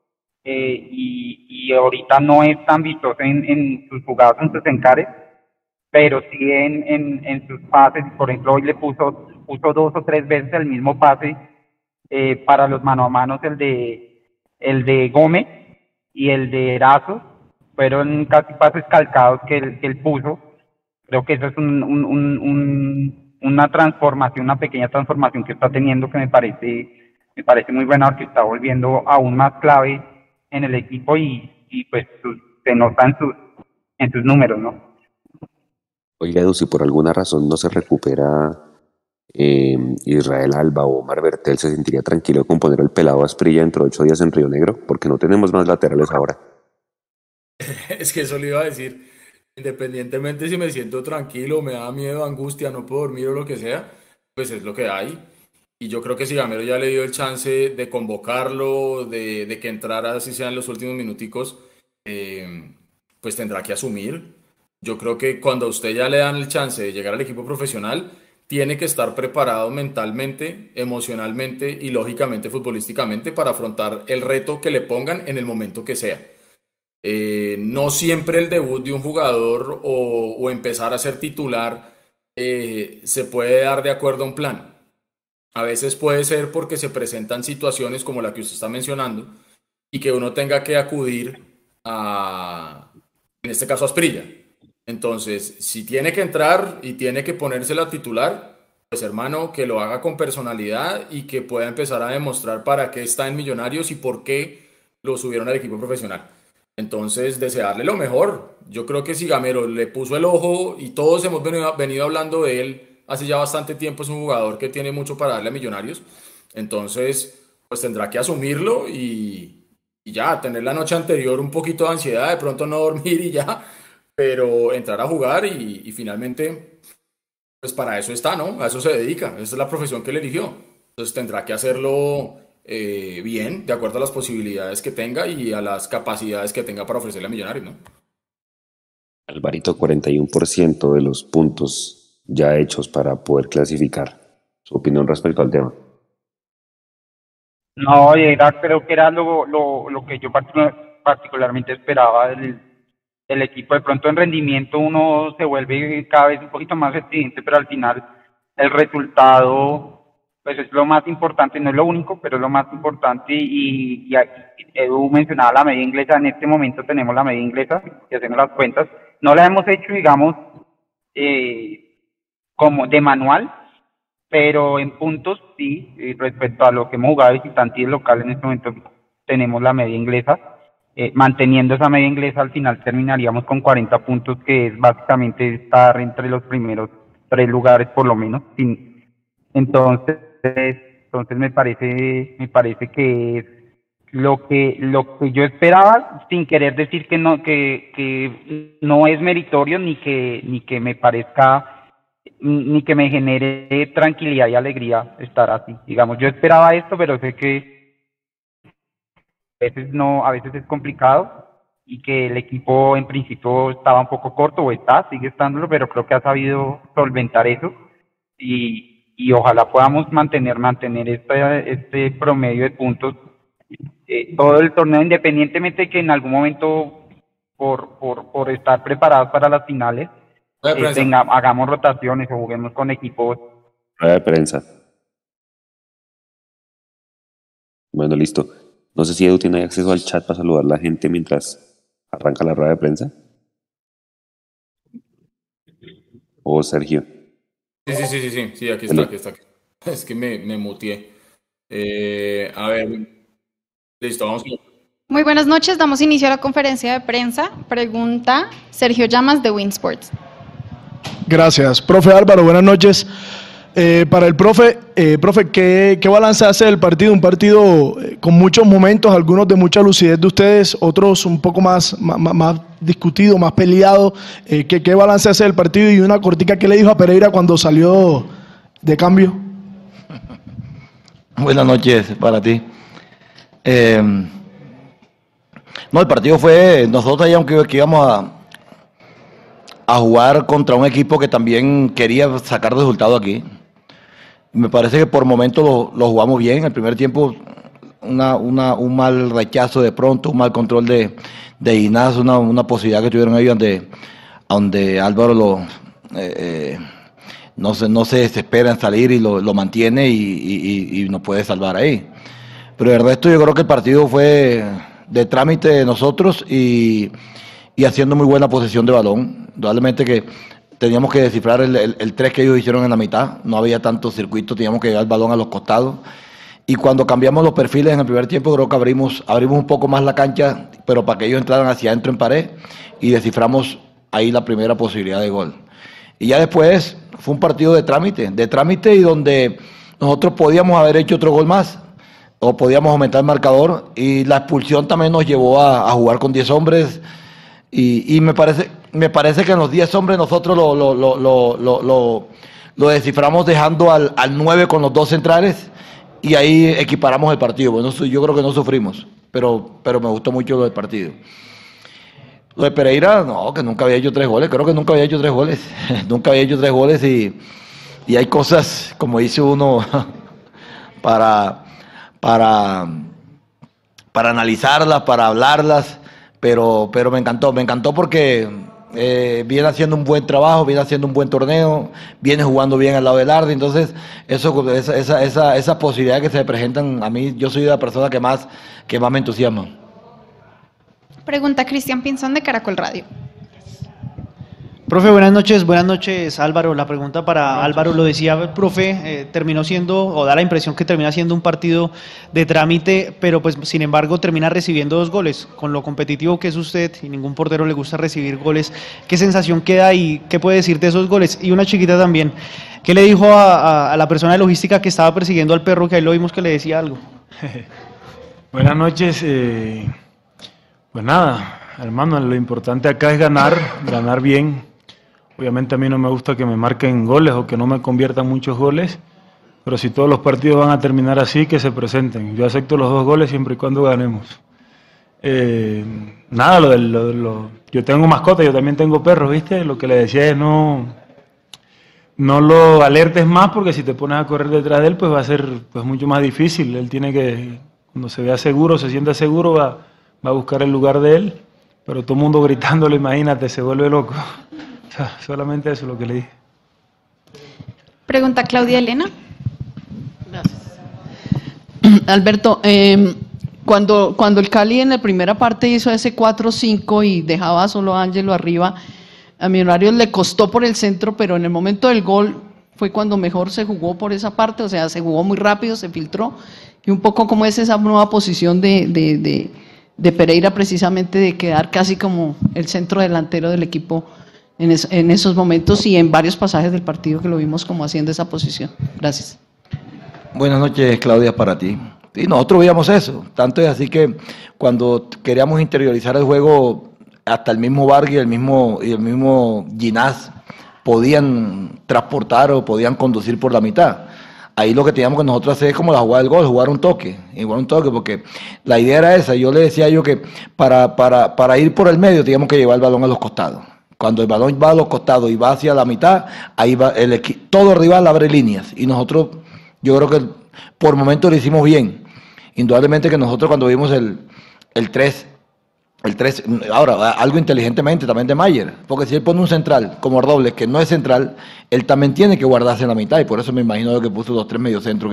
y ahorita no es tan vistoso en sus jugadas, en sus encares, pero sí en sus pases. Por ejemplo, hoy le puso 2 o 3 veces el mismo pase para los mano a mano, el de Gómez y el de Erazo, fueron casi pases calcados que él puso. Creo que eso es una transformación, una pequeña transformación que está teniendo, que me parece muy buena, porque está volviendo aún más clave en el equipo y pues se nota en sus números, ¿no? Oiga, Edu, si por alguna razón no se recupera Israel Alba o Omar Bertel, ¿se sentiría tranquilo con poner el pelado Asprilla dentro de 8 días en Río Negro? Porque no tenemos más laterales ahora. Es que eso le iba a decir. Independientemente si me siento tranquilo, me da miedo, angustia, no puedo dormir o lo que sea, pues es lo que hay. Y yo creo que si Gamero ya le dio el chance de convocarlo, de que entrara, así sea en los últimos minuticos, pues tendrá que asumir. Yo creo que cuando a usted ya le dan el chance de llegar al equipo profesional, tiene que estar preparado mentalmente, emocionalmente y lógicamente futbolísticamente para afrontar el reto que le pongan en el momento que sea. No siempre el debut de un jugador o empezar a ser titular se puede dar de acuerdo a un plan. A veces puede ser porque se presentan situaciones como la que usted está mencionando y que uno tenga que acudir en este caso, a Asprilla. Entonces, si tiene que entrar y tiene que ponerse la titular, pues hermano, que lo haga con personalidad y que pueda empezar a demostrar para qué está en Millonarios y por qué lo subieron al equipo profesional. Entonces, desearle lo mejor. Yo creo que si Gamero le puso el ojo y todos hemos venido hablando de él hace ya bastante tiempo, es un jugador que tiene mucho para darle a Millonarios. Entonces, pues tendrá que asumirlo y ya, tener la noche anterior un poquito de ansiedad, de pronto no dormir y ya, pero entrar a jugar y finalmente, pues para eso está, ¿no? A eso se dedica, esa es la profesión que él eligió. Entonces tendrá que hacerlo bien, de acuerdo a las posibilidades que tenga y a las capacidades que tenga para ofrecerle a Millonarios, ¿no? Alvarito, 41% de los puntos ya hechos para poder clasificar. ¿Su opinión respecto al tema? No, creo que era lo que yo particularmente esperaba del equipo. De pronto en rendimiento uno se vuelve cada vez un poquito más exigente, pero al final el resultado pues es lo más importante, no es lo único, pero es lo más importante. Y Edu mencionaba la media inglesa. En este momento tenemos la media inglesa, que hacemos las cuentas. No la hemos hecho, digamos, como de manual, pero en puntos sí, respecto a lo que hemos jugado visitante y el local. En este momento tenemos la media inglesa. Manteniendo esa media inglesa, al final terminaríamos con 40 puntos, que es básicamente estar entre los primeros 3 lugares por lo menos. Entonces me parece que lo que yo esperaba, sin querer decir que no es meritorio ni que me parezca, ni que me genere tranquilidad y alegría estar así. Digamos, yo esperaba esto, pero sé que a veces es complicado y que el equipo en principio estaba un poco corto, o sigue estándolo, pero creo que ha sabido solventar eso y ojalá podamos mantener este promedio de puntos todo el torneo, independientemente que en algún momento por estar preparados para las finales hagamos rotaciones o juguemos con equipos. Rueda de prensa. Bueno, listo. No sé si Edu tiene acceso al chat para saludar a la gente mientras arranca la rueda de prensa. O Sergio. Sí, aquí está. Es que me muteé. A ver, listo, vamos. Muy buenas noches, damos inicio a la conferencia de prensa. Pregunta Sergio Llamas de Winsports. Gracias. Profe Álvaro, buenas noches. Para el profe, ¿qué balance hace del partido? Un partido con muchos momentos, algunos de mucha lucidez de ustedes, otros un poco más discutido, más peleado. ¿Qué balance hace del partido? Y una cortica, ¿qué le dijo a Pereira cuando salió de cambio? Buenas noches para ti. No, el partido fue, nosotros sabíamos que íbamos a jugar contra un equipo que también quería sacar resultados aquí. Me parece que por momentos lo jugamos bien. El primer tiempo un mal rechazo de pronto, un mal control de Inás, una posibilidad que tuvieron ellos donde Álvaro no se desespera en salir y lo mantiene y nos puede salvar ahí. Pero el resto yo creo que el partido fue de trámite de nosotros y haciendo muy buena posesión de balón. Indudablemente que teníamos que descifrar el 3 que ellos hicieron en la mitad. No había tanto circuito, teníamos que llegar el balón a los costados. Y cuando cambiamos los perfiles en el primer tiempo, creo que abrimos un poco más la cancha, pero para que ellos entraran hacia adentro en pared, y desciframos ahí la primera posibilidad de gol. Y ya después fue un partido de trámite y donde nosotros podíamos haber hecho otro gol más, o podíamos aumentar el marcador, y la expulsión también nos llevó a jugar con 10 hombres, y me parece que en los 10 hombres nosotros lo desciframos dejando al 9 con los 2 centrales, y ahí equiparamos el partido. Bueno, yo creo que no sufrimos, pero me gustó mucho lo del partido. Lo de Pereira, no, que nunca había hecho 3 goles, creo que nunca había hecho 3 goles, nunca había hecho 3 goles, y hay cosas, como dice uno, para analizarlas, para hablarlas, pero me encantó porque viene haciendo un buen trabajo, viene haciendo un buen torneo, viene jugando bien al lado del Arde, entonces esas posibilidades que se presentan, a mí, yo soy la persona que más me entusiasma. Pregunta Cristian Pinzón de Caracol Radio. Profe, buenas noches Álvaro. La pregunta para Álvaro, lo decía el profe, terminó siendo, o da la impresión que termina siendo un partido de trámite, pero pues sin embargo termina recibiendo 2 goles. Con lo competitivo que es usted, y ningún portero le gusta recibir goles, ¿qué sensación queda y qué puede decir de esos goles? Y una chiquita también, ¿qué le dijo a la persona de logística que estaba persiguiendo al perro, que ahí lo vimos que le decía algo? Buenas noches, pues nada, hermano, lo importante acá es ganar bien. Obviamente a mí no me gusta que me marquen goles o que no me conviertan muchos goles, pero si todos los partidos van a terminar así, que se presenten. Yo acepto los 2 goles siempre y cuando ganemos. Nada, yo tengo mascota, yo también tengo perros, ¿viste? Lo que le decía es no lo alertes más, porque si te pones a correr detrás de él, pues va a ser pues mucho más difícil. Él tiene que, cuando se vea seguro, se sienta seguro, va a buscar el lugar de él, pero todo el mundo gritándole, imagínate, se vuelve loco. O sea, solamente eso es lo que le dije. Pregunta Claudia Elena. Gracias. Alberto, cuando el Cali en la primera parte hizo ese 4-5 y dejaba solo a Ángelo arriba, a Millonarios le costó por el centro, pero en el momento del gol fue cuando mejor se jugó por esa parte, o sea, se jugó muy rápido, se filtró, y un poco como es esa nueva posición de Pereira, precisamente de quedar casi como el centro delantero del equipo en esos momentos y en varios pasajes del partido que lo vimos como haciendo esa posición. Gracias. Buenas noches, Claudia, para ti. Y nosotros veíamos eso. Tanto es así que cuando queríamos interiorizar el juego, hasta el mismo Vargas y el mismo Ginás podían transportar o podían conducir por la mitad. Ahí lo que teníamos que nosotros hacer es como la jugada del gol, jugar un toque, porque la idea era esa. Yo le decía que para ir por el medio teníamos que llevar el balón a los costados. Cuando el balón va a los costados y va hacia la mitad, ahí va todo rival abre líneas. Y nosotros, yo creo que por momentos lo hicimos bien. Indudablemente que nosotros cuando vimos el 3, ahora, algo inteligentemente también de Mayer, porque si él pone un central como Robles, que no es central, él también tiene que guardarse en la mitad, y por eso me imagino que puso los 3 mediocentros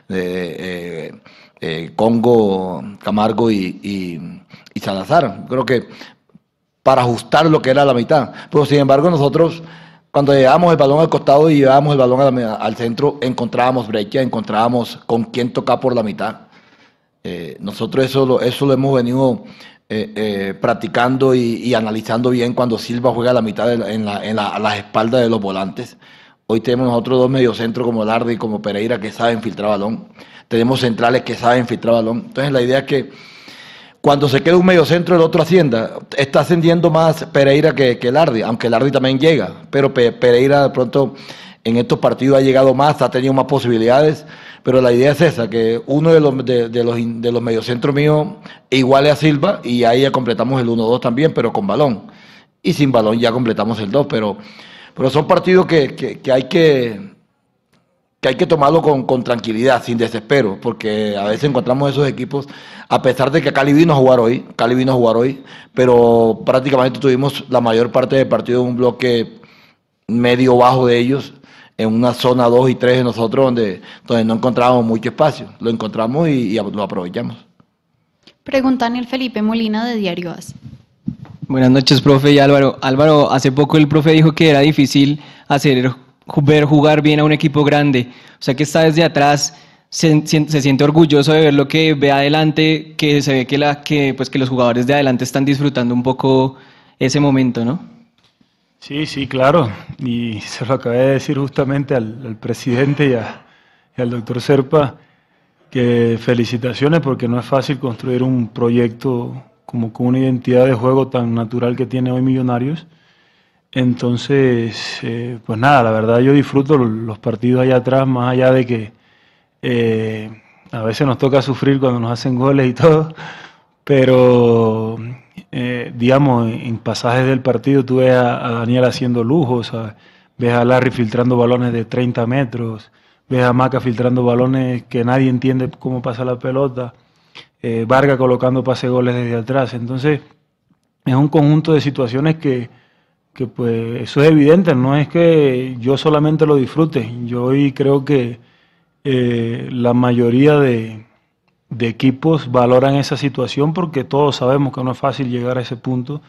Congo, Camargo y Salazar. Creo que para ajustar lo que era la mitad. Pero sin embargo nosotros, cuando llevábamos el balón al costado y llevábamos el balón al centro, encontrábamos brecha, encontrábamos con quién tocar por la mitad. Nosotros eso lo hemos venido practicando y analizando bien cuando Silva juega a la mitad a las espaldas de los volantes. Hoy tenemos nosotros 2 mediocentros como Lardi y como Pereira que saben filtrar balón. Tenemos centrales que saben filtrar balón. Entonces la idea es que cuando se queda un mediocentro el otro está ascendiendo más Pereira que Lardi, aunque Lardi también llega, pero Pereira de pronto en estos partidos ha llegado más, ha tenido más posibilidades. Pero la idea es esa, que uno de los mediocentros míos iguale a Silva y ahí ya completamos el 1-2 también, pero con balón. Y sin balón ya completamos el 2, pero son partidos que hay que tomarlo con tranquilidad, sin desespero, porque a veces encontramos esos equipos, a pesar de que Cali vino a jugar hoy, pero prácticamente tuvimos la mayor parte del partido en un bloque medio bajo de ellos, en una zona 2 y 3 de nosotros donde no encontrábamos mucho espacio. Lo encontramos y lo aprovechamos. Pregunta Daniel Felipe Molina de Diario AS. Buenas noches, profe y Álvaro. Álvaro, hace poco el profe dijo que era difícil ver jugar bien a un equipo grande. O sea que está desde atrás, se siente orgulloso de ver lo que ve adelante, que se ve que los jugadores de adelante están disfrutando un poco ese momento, ¿no? Sí, claro, y se lo acabé de decir justamente al presidente y al doctor Serpa, que felicitaciones porque no es fácil construir un proyecto como con una identidad de juego tan natural que tiene hoy Millonarios. Entonces, pues nada, la verdad yo disfruto los partidos allá atrás, más allá de que a veces nos toca sufrir cuando nos hacen goles y todo, pero digamos, en pasajes del partido tú ves a Daniel haciendo lujos, ves a Larry filtrando balones de 30 metros, ves a Maca filtrando balones que nadie entiende cómo pasa la pelota, Vargas colocando pase goles desde atrás. Entonces es un conjunto de situaciones que pues eso es evidente, no es que yo solamente lo disfrute. Yo hoy creo que la mayoría de equipos valoran esa situación porque todos sabemos que no es fácil llegar a ese punto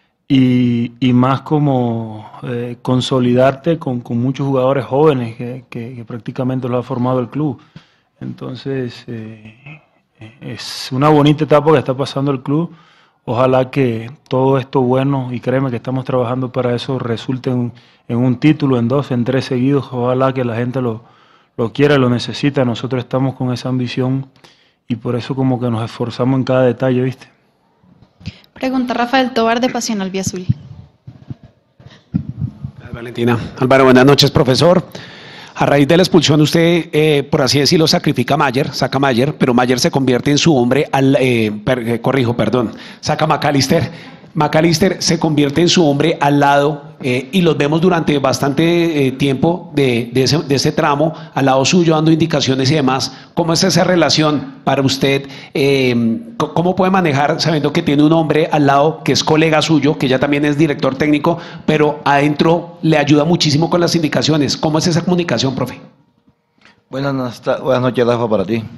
y más como consolidarte con muchos jugadores jóvenes que prácticamente lo ha formado el club. Entonces es una bonita etapa que está pasando el club. Ojalá que todo esto bueno, y créeme que estamos trabajando para eso, resulte en un título, en 2, en 3 seguidos. Ojalá que la gente lo quiera, lo necesita. Nosotros estamos con esa ambición y por eso como que nos esforzamos en cada detalle, ¿viste? Pregunta Rafael Tobar de Pasión Albiazul. Valentina. Álvaro, buenas noches, profesor. A raíz de la expulsión usted, por así decirlo, saca a Mayer, pero Mayer se convierte en su hombre, saca a McAllister. McAllister se convierte en su hombre al lado y los vemos durante bastante tiempo de ese tramo al lado suyo dando indicaciones y demás. ¿Cómo es esa relación para usted? ¿Cómo puede manejar sabiendo que tiene un hombre al lado que es colega suyo, que ya también es director técnico, pero adentro le ayuda muchísimo con las indicaciones? ¿Cómo es esa comunicación, profe? Buenas noches, Rafa, para ti.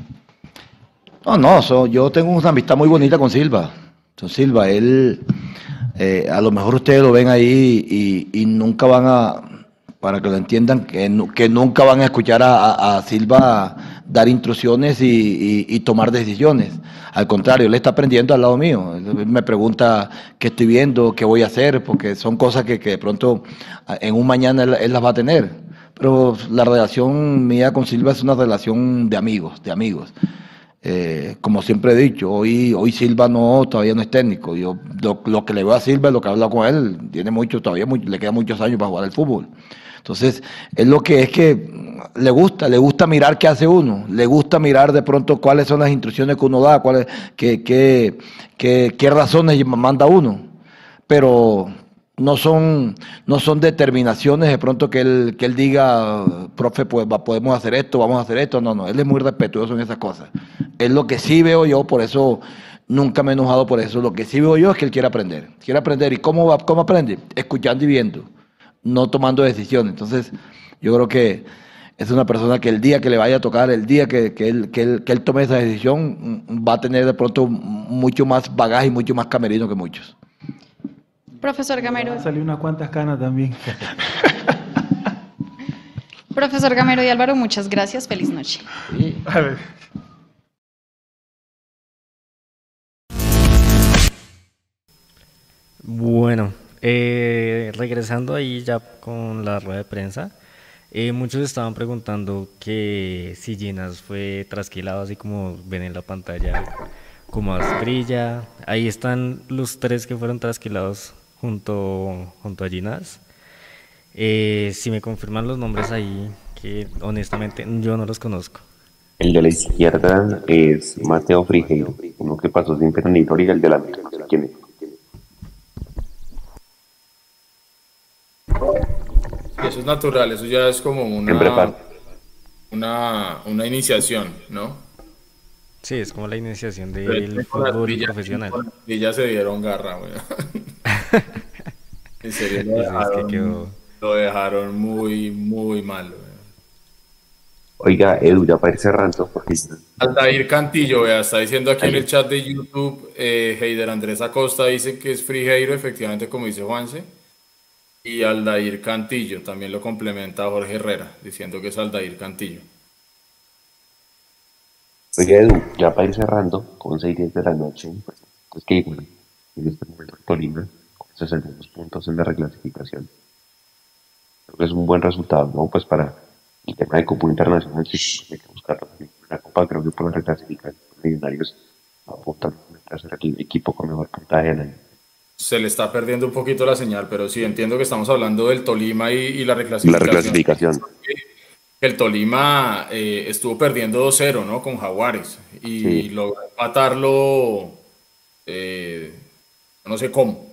Yo tengo una amistad muy bonita con Silva. Silva, él, a lo mejor ustedes lo ven ahí y nunca van para que lo entiendan, que nunca van a escuchar a Silva dar instrucciones y tomar decisiones. Al contrario, él está aprendiendo al lado mío. Él me pregunta qué estoy viendo, qué voy a hacer, porque son cosas que de pronto en un mañana él las va a tener. Pero la relación mía con Silva es una relación de amigos. Como siempre he dicho, hoy Silva todavía no es técnico. Yo lo que le veo a Silva, lo que he hablado con él, le quedan muchos años para jugar al fútbol. Entonces, es lo que es que le gusta mirar qué hace uno, le gusta mirar de pronto cuáles son las instrucciones que uno da, qué razones manda uno, pero no son determinaciones de pronto que él diga, profe, pues podemos hacer esto, vamos a hacer esto. No, él es muy respetuoso en esas cosas. Es lo que sí veo yo, por eso nunca me he enojado por eso. Lo que sí veo yo es que él quiere aprender. ¿Y cómo aprende? Escuchando y viendo, no tomando decisiones. Entonces, yo creo que es una persona que el día que le vaya a tocar, el día que él tome esa decisión, va a tener de pronto mucho más bagaje y mucho más camerino que muchos. Profesor Gamero. Salió unas cuantas canas también. Profesor Gamero y Álvaro, muchas gracias. Feliz noche. Sí. A ver. Bueno, regresando ahí ya con la rueda de prensa, muchos estaban preguntando que si Ginás fue trasquilado, así como ven en la pantalla, como Asprilla. Ahí están los 3 que fueron trasquilados junto a Ginás. Si me confirman los nombres ahí, que honestamente yo no los conozco. El de la izquierda es Mateo Frigeiro, uno que pasó sin penalidad, y el de la derecha no sé quién es. Eso es natural, eso ya es como una iniciación, ¿no? Sí, es como la iniciación del fútbol profesional. Y ya se dieron garra, güey. En serio, lo dejaron muy, muy mal, güey. Oiga, Edu, ya para ir cerrando, porque... Aldair Cantillo, vea, está diciendo aquí en el chat de YouTube, Heider Andrés Acosta dice que es Frigeiro, efectivamente, como dice Juanse. Y Aldair Cantillo, también lo complementa Jorge Herrera, diciendo que es Aldair Cantillo. Oiga, Edu, ya para ir cerrando, con 6:10 de la noche, pues que bueno, en este momento el Tolima, con 62 puntos en la reclasificación. Creo que es un buen resultado, ¿no? Pues para el tema de Copa Internacional, sí, hay que buscarlo en la Copa, creo que por la reclasificación, Millonarios apuntan a ser el equipo con mejor puntaje del año. Se le está perdiendo un poquito la señal, pero sí, entiendo que estamos hablando del Tolima y la reclasificación. La reclasificación. El Tolima estuvo perdiendo 2-0, ¿no? Con Jaguares y Sí. logró empatarlo, no sé cómo.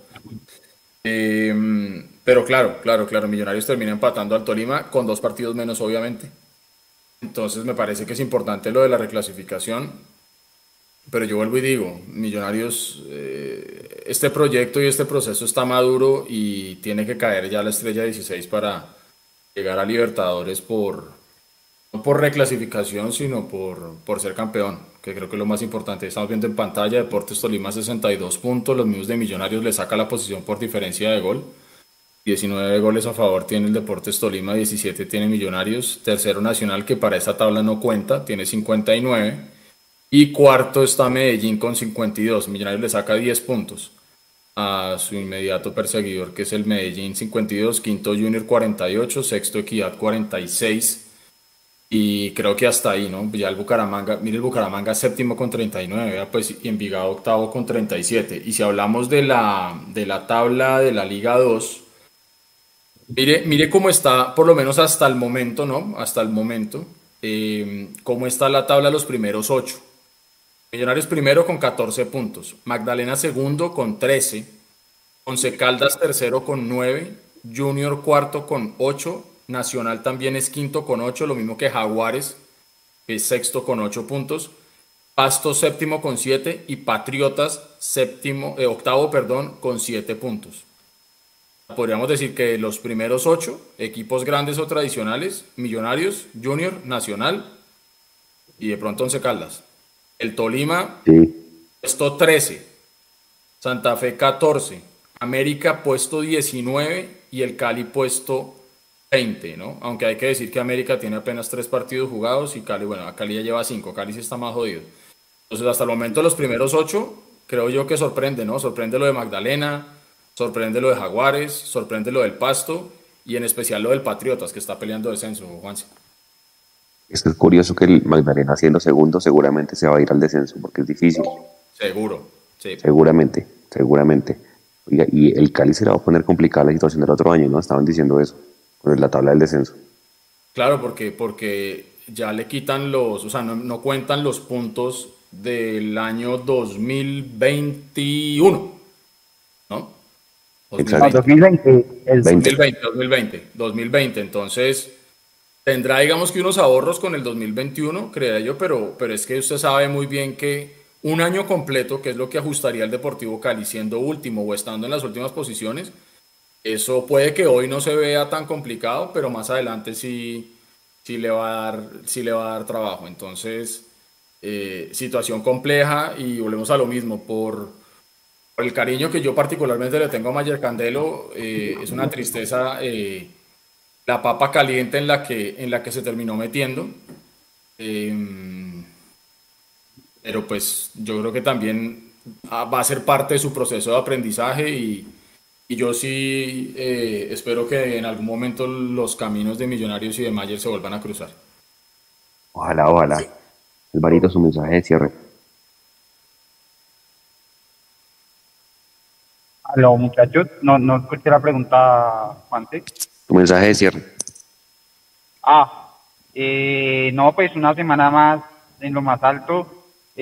Pero claro, Millonarios termina empatando al Tolima con 2 partidos menos, obviamente. Entonces me parece que es importante lo de la reclasificación. Pero yo vuelvo y digo, Millonarios, este proyecto y este proceso está maduro y tiene que caer ya la estrella 16 para llegar a Libertadores no por reclasificación, sino por ser campeón, que creo que es lo más importante. Estamos viendo en pantalla, Deportes Tolima 62 puntos, los mismos de Millonarios le saca la posición por diferencia de gol. 19 goles a favor tiene el Deportes Tolima, 17 tiene Millonarios. Tercero Nacional, que para esta tabla no cuenta, tiene 59. Y cuarto está Medellín con 52. Millonarios le saca 10 puntos a su inmediato perseguidor, que es el Medellín, 52. Quinto Junior, 48. Sexto Equidad, 46. Y creo que hasta ahí, ¿no? Ya el Bucaramanga, mire el Bucaramanga séptimo con 39, pues, y Envigado octavo con 37. Y si hablamos de la tabla de la Liga 2, mire cómo está, por lo menos hasta el momento, ¿no? Hasta el momento, cómo está la tabla de los primeros 8. Millonarios primero con 14 puntos, Magdalena segundo con 13, Once Caldas tercero con 9, Junior cuarto con 8, Nacional también es quinto con 8, lo mismo que Jaguares, que es sexto con 8 puntos, Pasto séptimo con 7 y Patriotas octavo con 7 puntos. Podríamos decir que los primeros 8 equipos grandes o tradicionales, Millonarios, Junior, Nacional y de pronto Once Caldas. El Tolima, puesto 13, Santa Fe 14, América puesto 19 y el Cali puesto 20, ¿no? Aunque hay que decir que América tiene apenas 3 partidos jugados y Cali, bueno, Cali ya lleva 5, Cali sí está más jodido. Entonces, hasta el momento los primeros 8, creo yo que sorprende, ¿no? Sorprende lo de Magdalena, sorprende lo de Jaguares, sorprende lo del Pasto y en especial lo del Patriotas, que está peleando descenso, Juanse. Es que es curioso que el Magdalena siendo segundo seguramente se va a ir al descenso porque es difícil. Seguro, sí. Seguramente. Oiga, y el Cali se le va a poner complicada la situación del otro año, ¿no? Estaban diciendo eso, con la tabla del descenso. Claro, porque ya le quitan o sea, no cuentan los puntos del año 2021, ¿no? 2020. 2020. Entonces, tendrá, digamos que unos ahorros con el 2021, creería yo, pero es que usted sabe muy bien que un año completo, que es lo que ajustaría el Deportivo Cali, siendo último o estando en las últimas posiciones, eso puede que hoy no se vea tan complicado, pero más adelante sí le va a dar trabajo. Entonces, situación compleja y volvemos a lo mismo. Por el cariño que yo particularmente le tengo a Mayer Candelo, es una tristeza la papa caliente en la que se terminó metiendo. Pero pues yo creo que también va a ser parte de su proceso de aprendizaje y yo sí espero que en algún momento los caminos de Millonarios y de Mayer se vuelvan a cruzar. Ojalá. Alvarito, su mensaje de cierre. Aló, muchachos, no escuché la pregunta, Juanse. Tu mensaje de cierre. No, pues una semana más en lo más alto.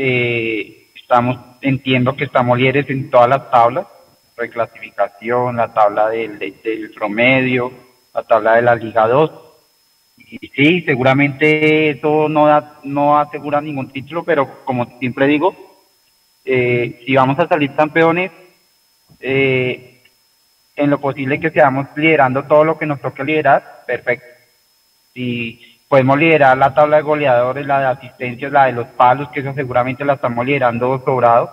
Entiendo que estamos líderes en todas las tablas, reclasificación, la tabla del promedio, la tabla de la Liga 2. Y sí, seguramente eso no asegura ningún título, pero como siempre digo, si vamos a salir campeones, en lo posible que seamos liderando todo lo que nos toque liderar, perfecto. Si podemos liderar la tabla de goleadores, la de asistencias, la de los palos, que eso seguramente la estamos liderando sobrado.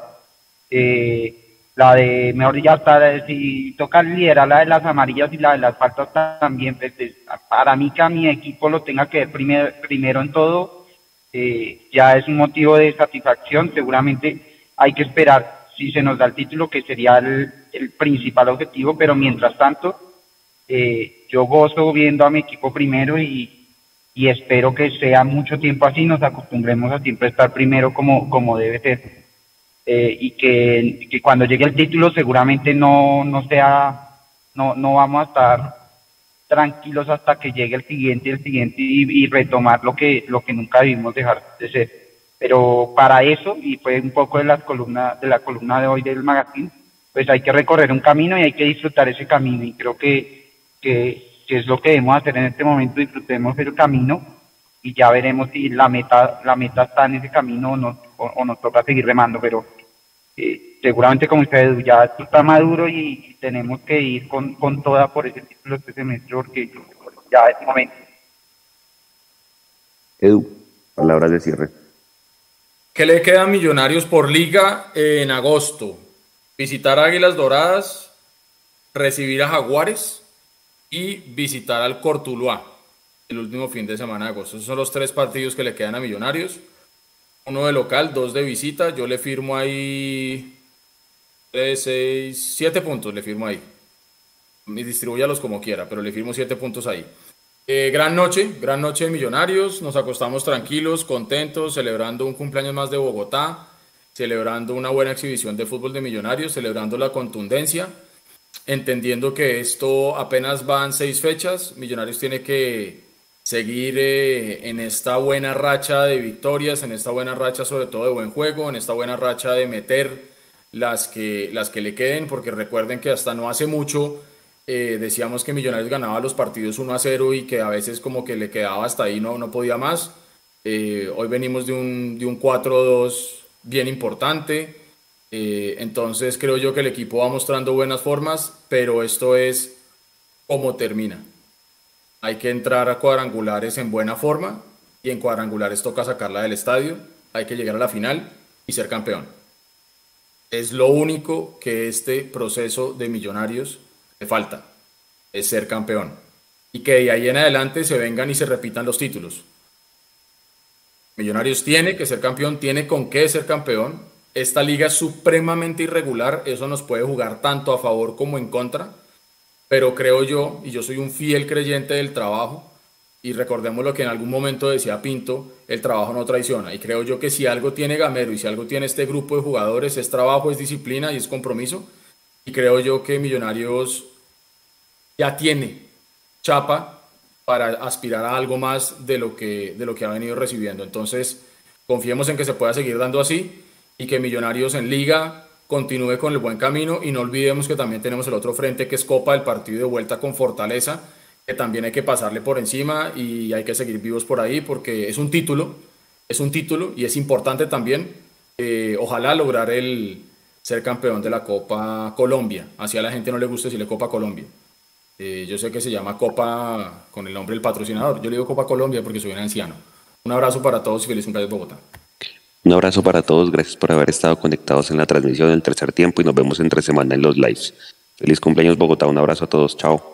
La de, mejor ya está, si toca liderar la de las amarillas y la de las faltas también, pues, para mí que a mi equipo lo tenga que ver primero en todo, ya es un motivo de satisfacción. Seguramente hay que esperar si se nos da el título, que sería el principal objetivo, pero mientras tanto, yo gozo viendo a mi equipo primero y espero que sea mucho tiempo así, nos acostumbremos a siempre estar primero como debe ser. Y que cuando llegue el título seguramente no vamos a estar tranquilos hasta que llegue el siguiente y retomar lo que nunca debimos dejar de ser. Pero para eso, y fue un poco de la columna de hoy del magazine, pues hay que recorrer un camino y hay que disfrutar ese camino, y creo que es lo que debemos hacer en este momento. Disfrutemos el camino y ya veremos si la meta está en ese camino o nos toca seguir remando, pero seguramente, como ustedes, ya esto está maduro y tenemos que ir con toda por ese título este semestre, porque ya es momento. Edu, palabras de cierre. ¿Qué le quedan Millonarios por liga en agosto? Visitar a Águilas Doradas, recibir a Jaguares y visitar al Cortuluá el último fin de semana de agosto. Esos son los 3 partidos que le quedan a Millonarios. 1 de local, 2 de visita. Yo le firmo ahí 3, 6, 7 puntos, le firmo ahí. Distribúyalos como quiera, pero le firmo 7 puntos ahí. Gran noche de Millonarios. Nos acostamos tranquilos, contentos, celebrando un cumpleaños más de Bogotá, celebrando una buena exhibición de fútbol de Millonarios, celebrando la contundencia, entendiendo que esto apenas van 6 fechas. Millonarios tiene que seguir en esta buena racha de victorias, en esta buena racha sobre todo de buen juego, en esta buena racha de meter las que le queden, porque recuerden que hasta no hace mucho decíamos que Millonarios ganaba los partidos 1-0 y que a veces como que le quedaba hasta ahí, no podía más. Hoy venimos de un 4-2 bien importante. Entonces creo yo que el equipo va mostrando buenas formas, pero esto es como termina. Hay que entrar a cuadrangulares en buena forma y en cuadrangulares toca sacarla del estadio. Hay que llegar a la final y ser campeón. Es lo único que este proceso de Millonarios le falta, es ser campeón. Y que de ahí en adelante se vengan y se repitan los títulos. Millonarios tiene que ser campeón, tiene con qué ser campeón. Esta liga es supremamente irregular, eso nos puede jugar tanto a favor como en contra, pero creo yo, y yo soy un fiel creyente del trabajo, Y recordemos lo que en algún momento decía Pinto, el trabajo no traiciona. Y creo yo que si algo tiene Gamero y si algo tiene este grupo de jugadores es trabajo, es disciplina y es compromiso. Y creo yo que Millonarios ya tiene chapa para aspirar a algo más de lo que ha venido recibiendo. Entonces, confiemos en que se pueda seguir dando así y que Millonarios en Liga continúe con el buen camino. Y no olvidemos que también tenemos el otro frente, que es Copa, el partido de vuelta con Fortaleza, que también hay que pasarle por encima y hay que seguir vivos por ahí porque es un título y es importante también, ojalá lograr el ser campeón de la Copa Colombia. Así a la gente no le gusta decirle Copa Colombia. Yo sé que se llama Copa con el nombre del patrocinador. Yo le digo Copa Colombia porque soy un anciano. Un abrazo para todos y feliz cumpleaños Bogotá. Un abrazo para todos, gracias por haber estado conectados en la transmisión del tercer tiempo y nos vemos entre semana en los lives. Feliz cumpleaños Bogotá, un abrazo a todos, chao.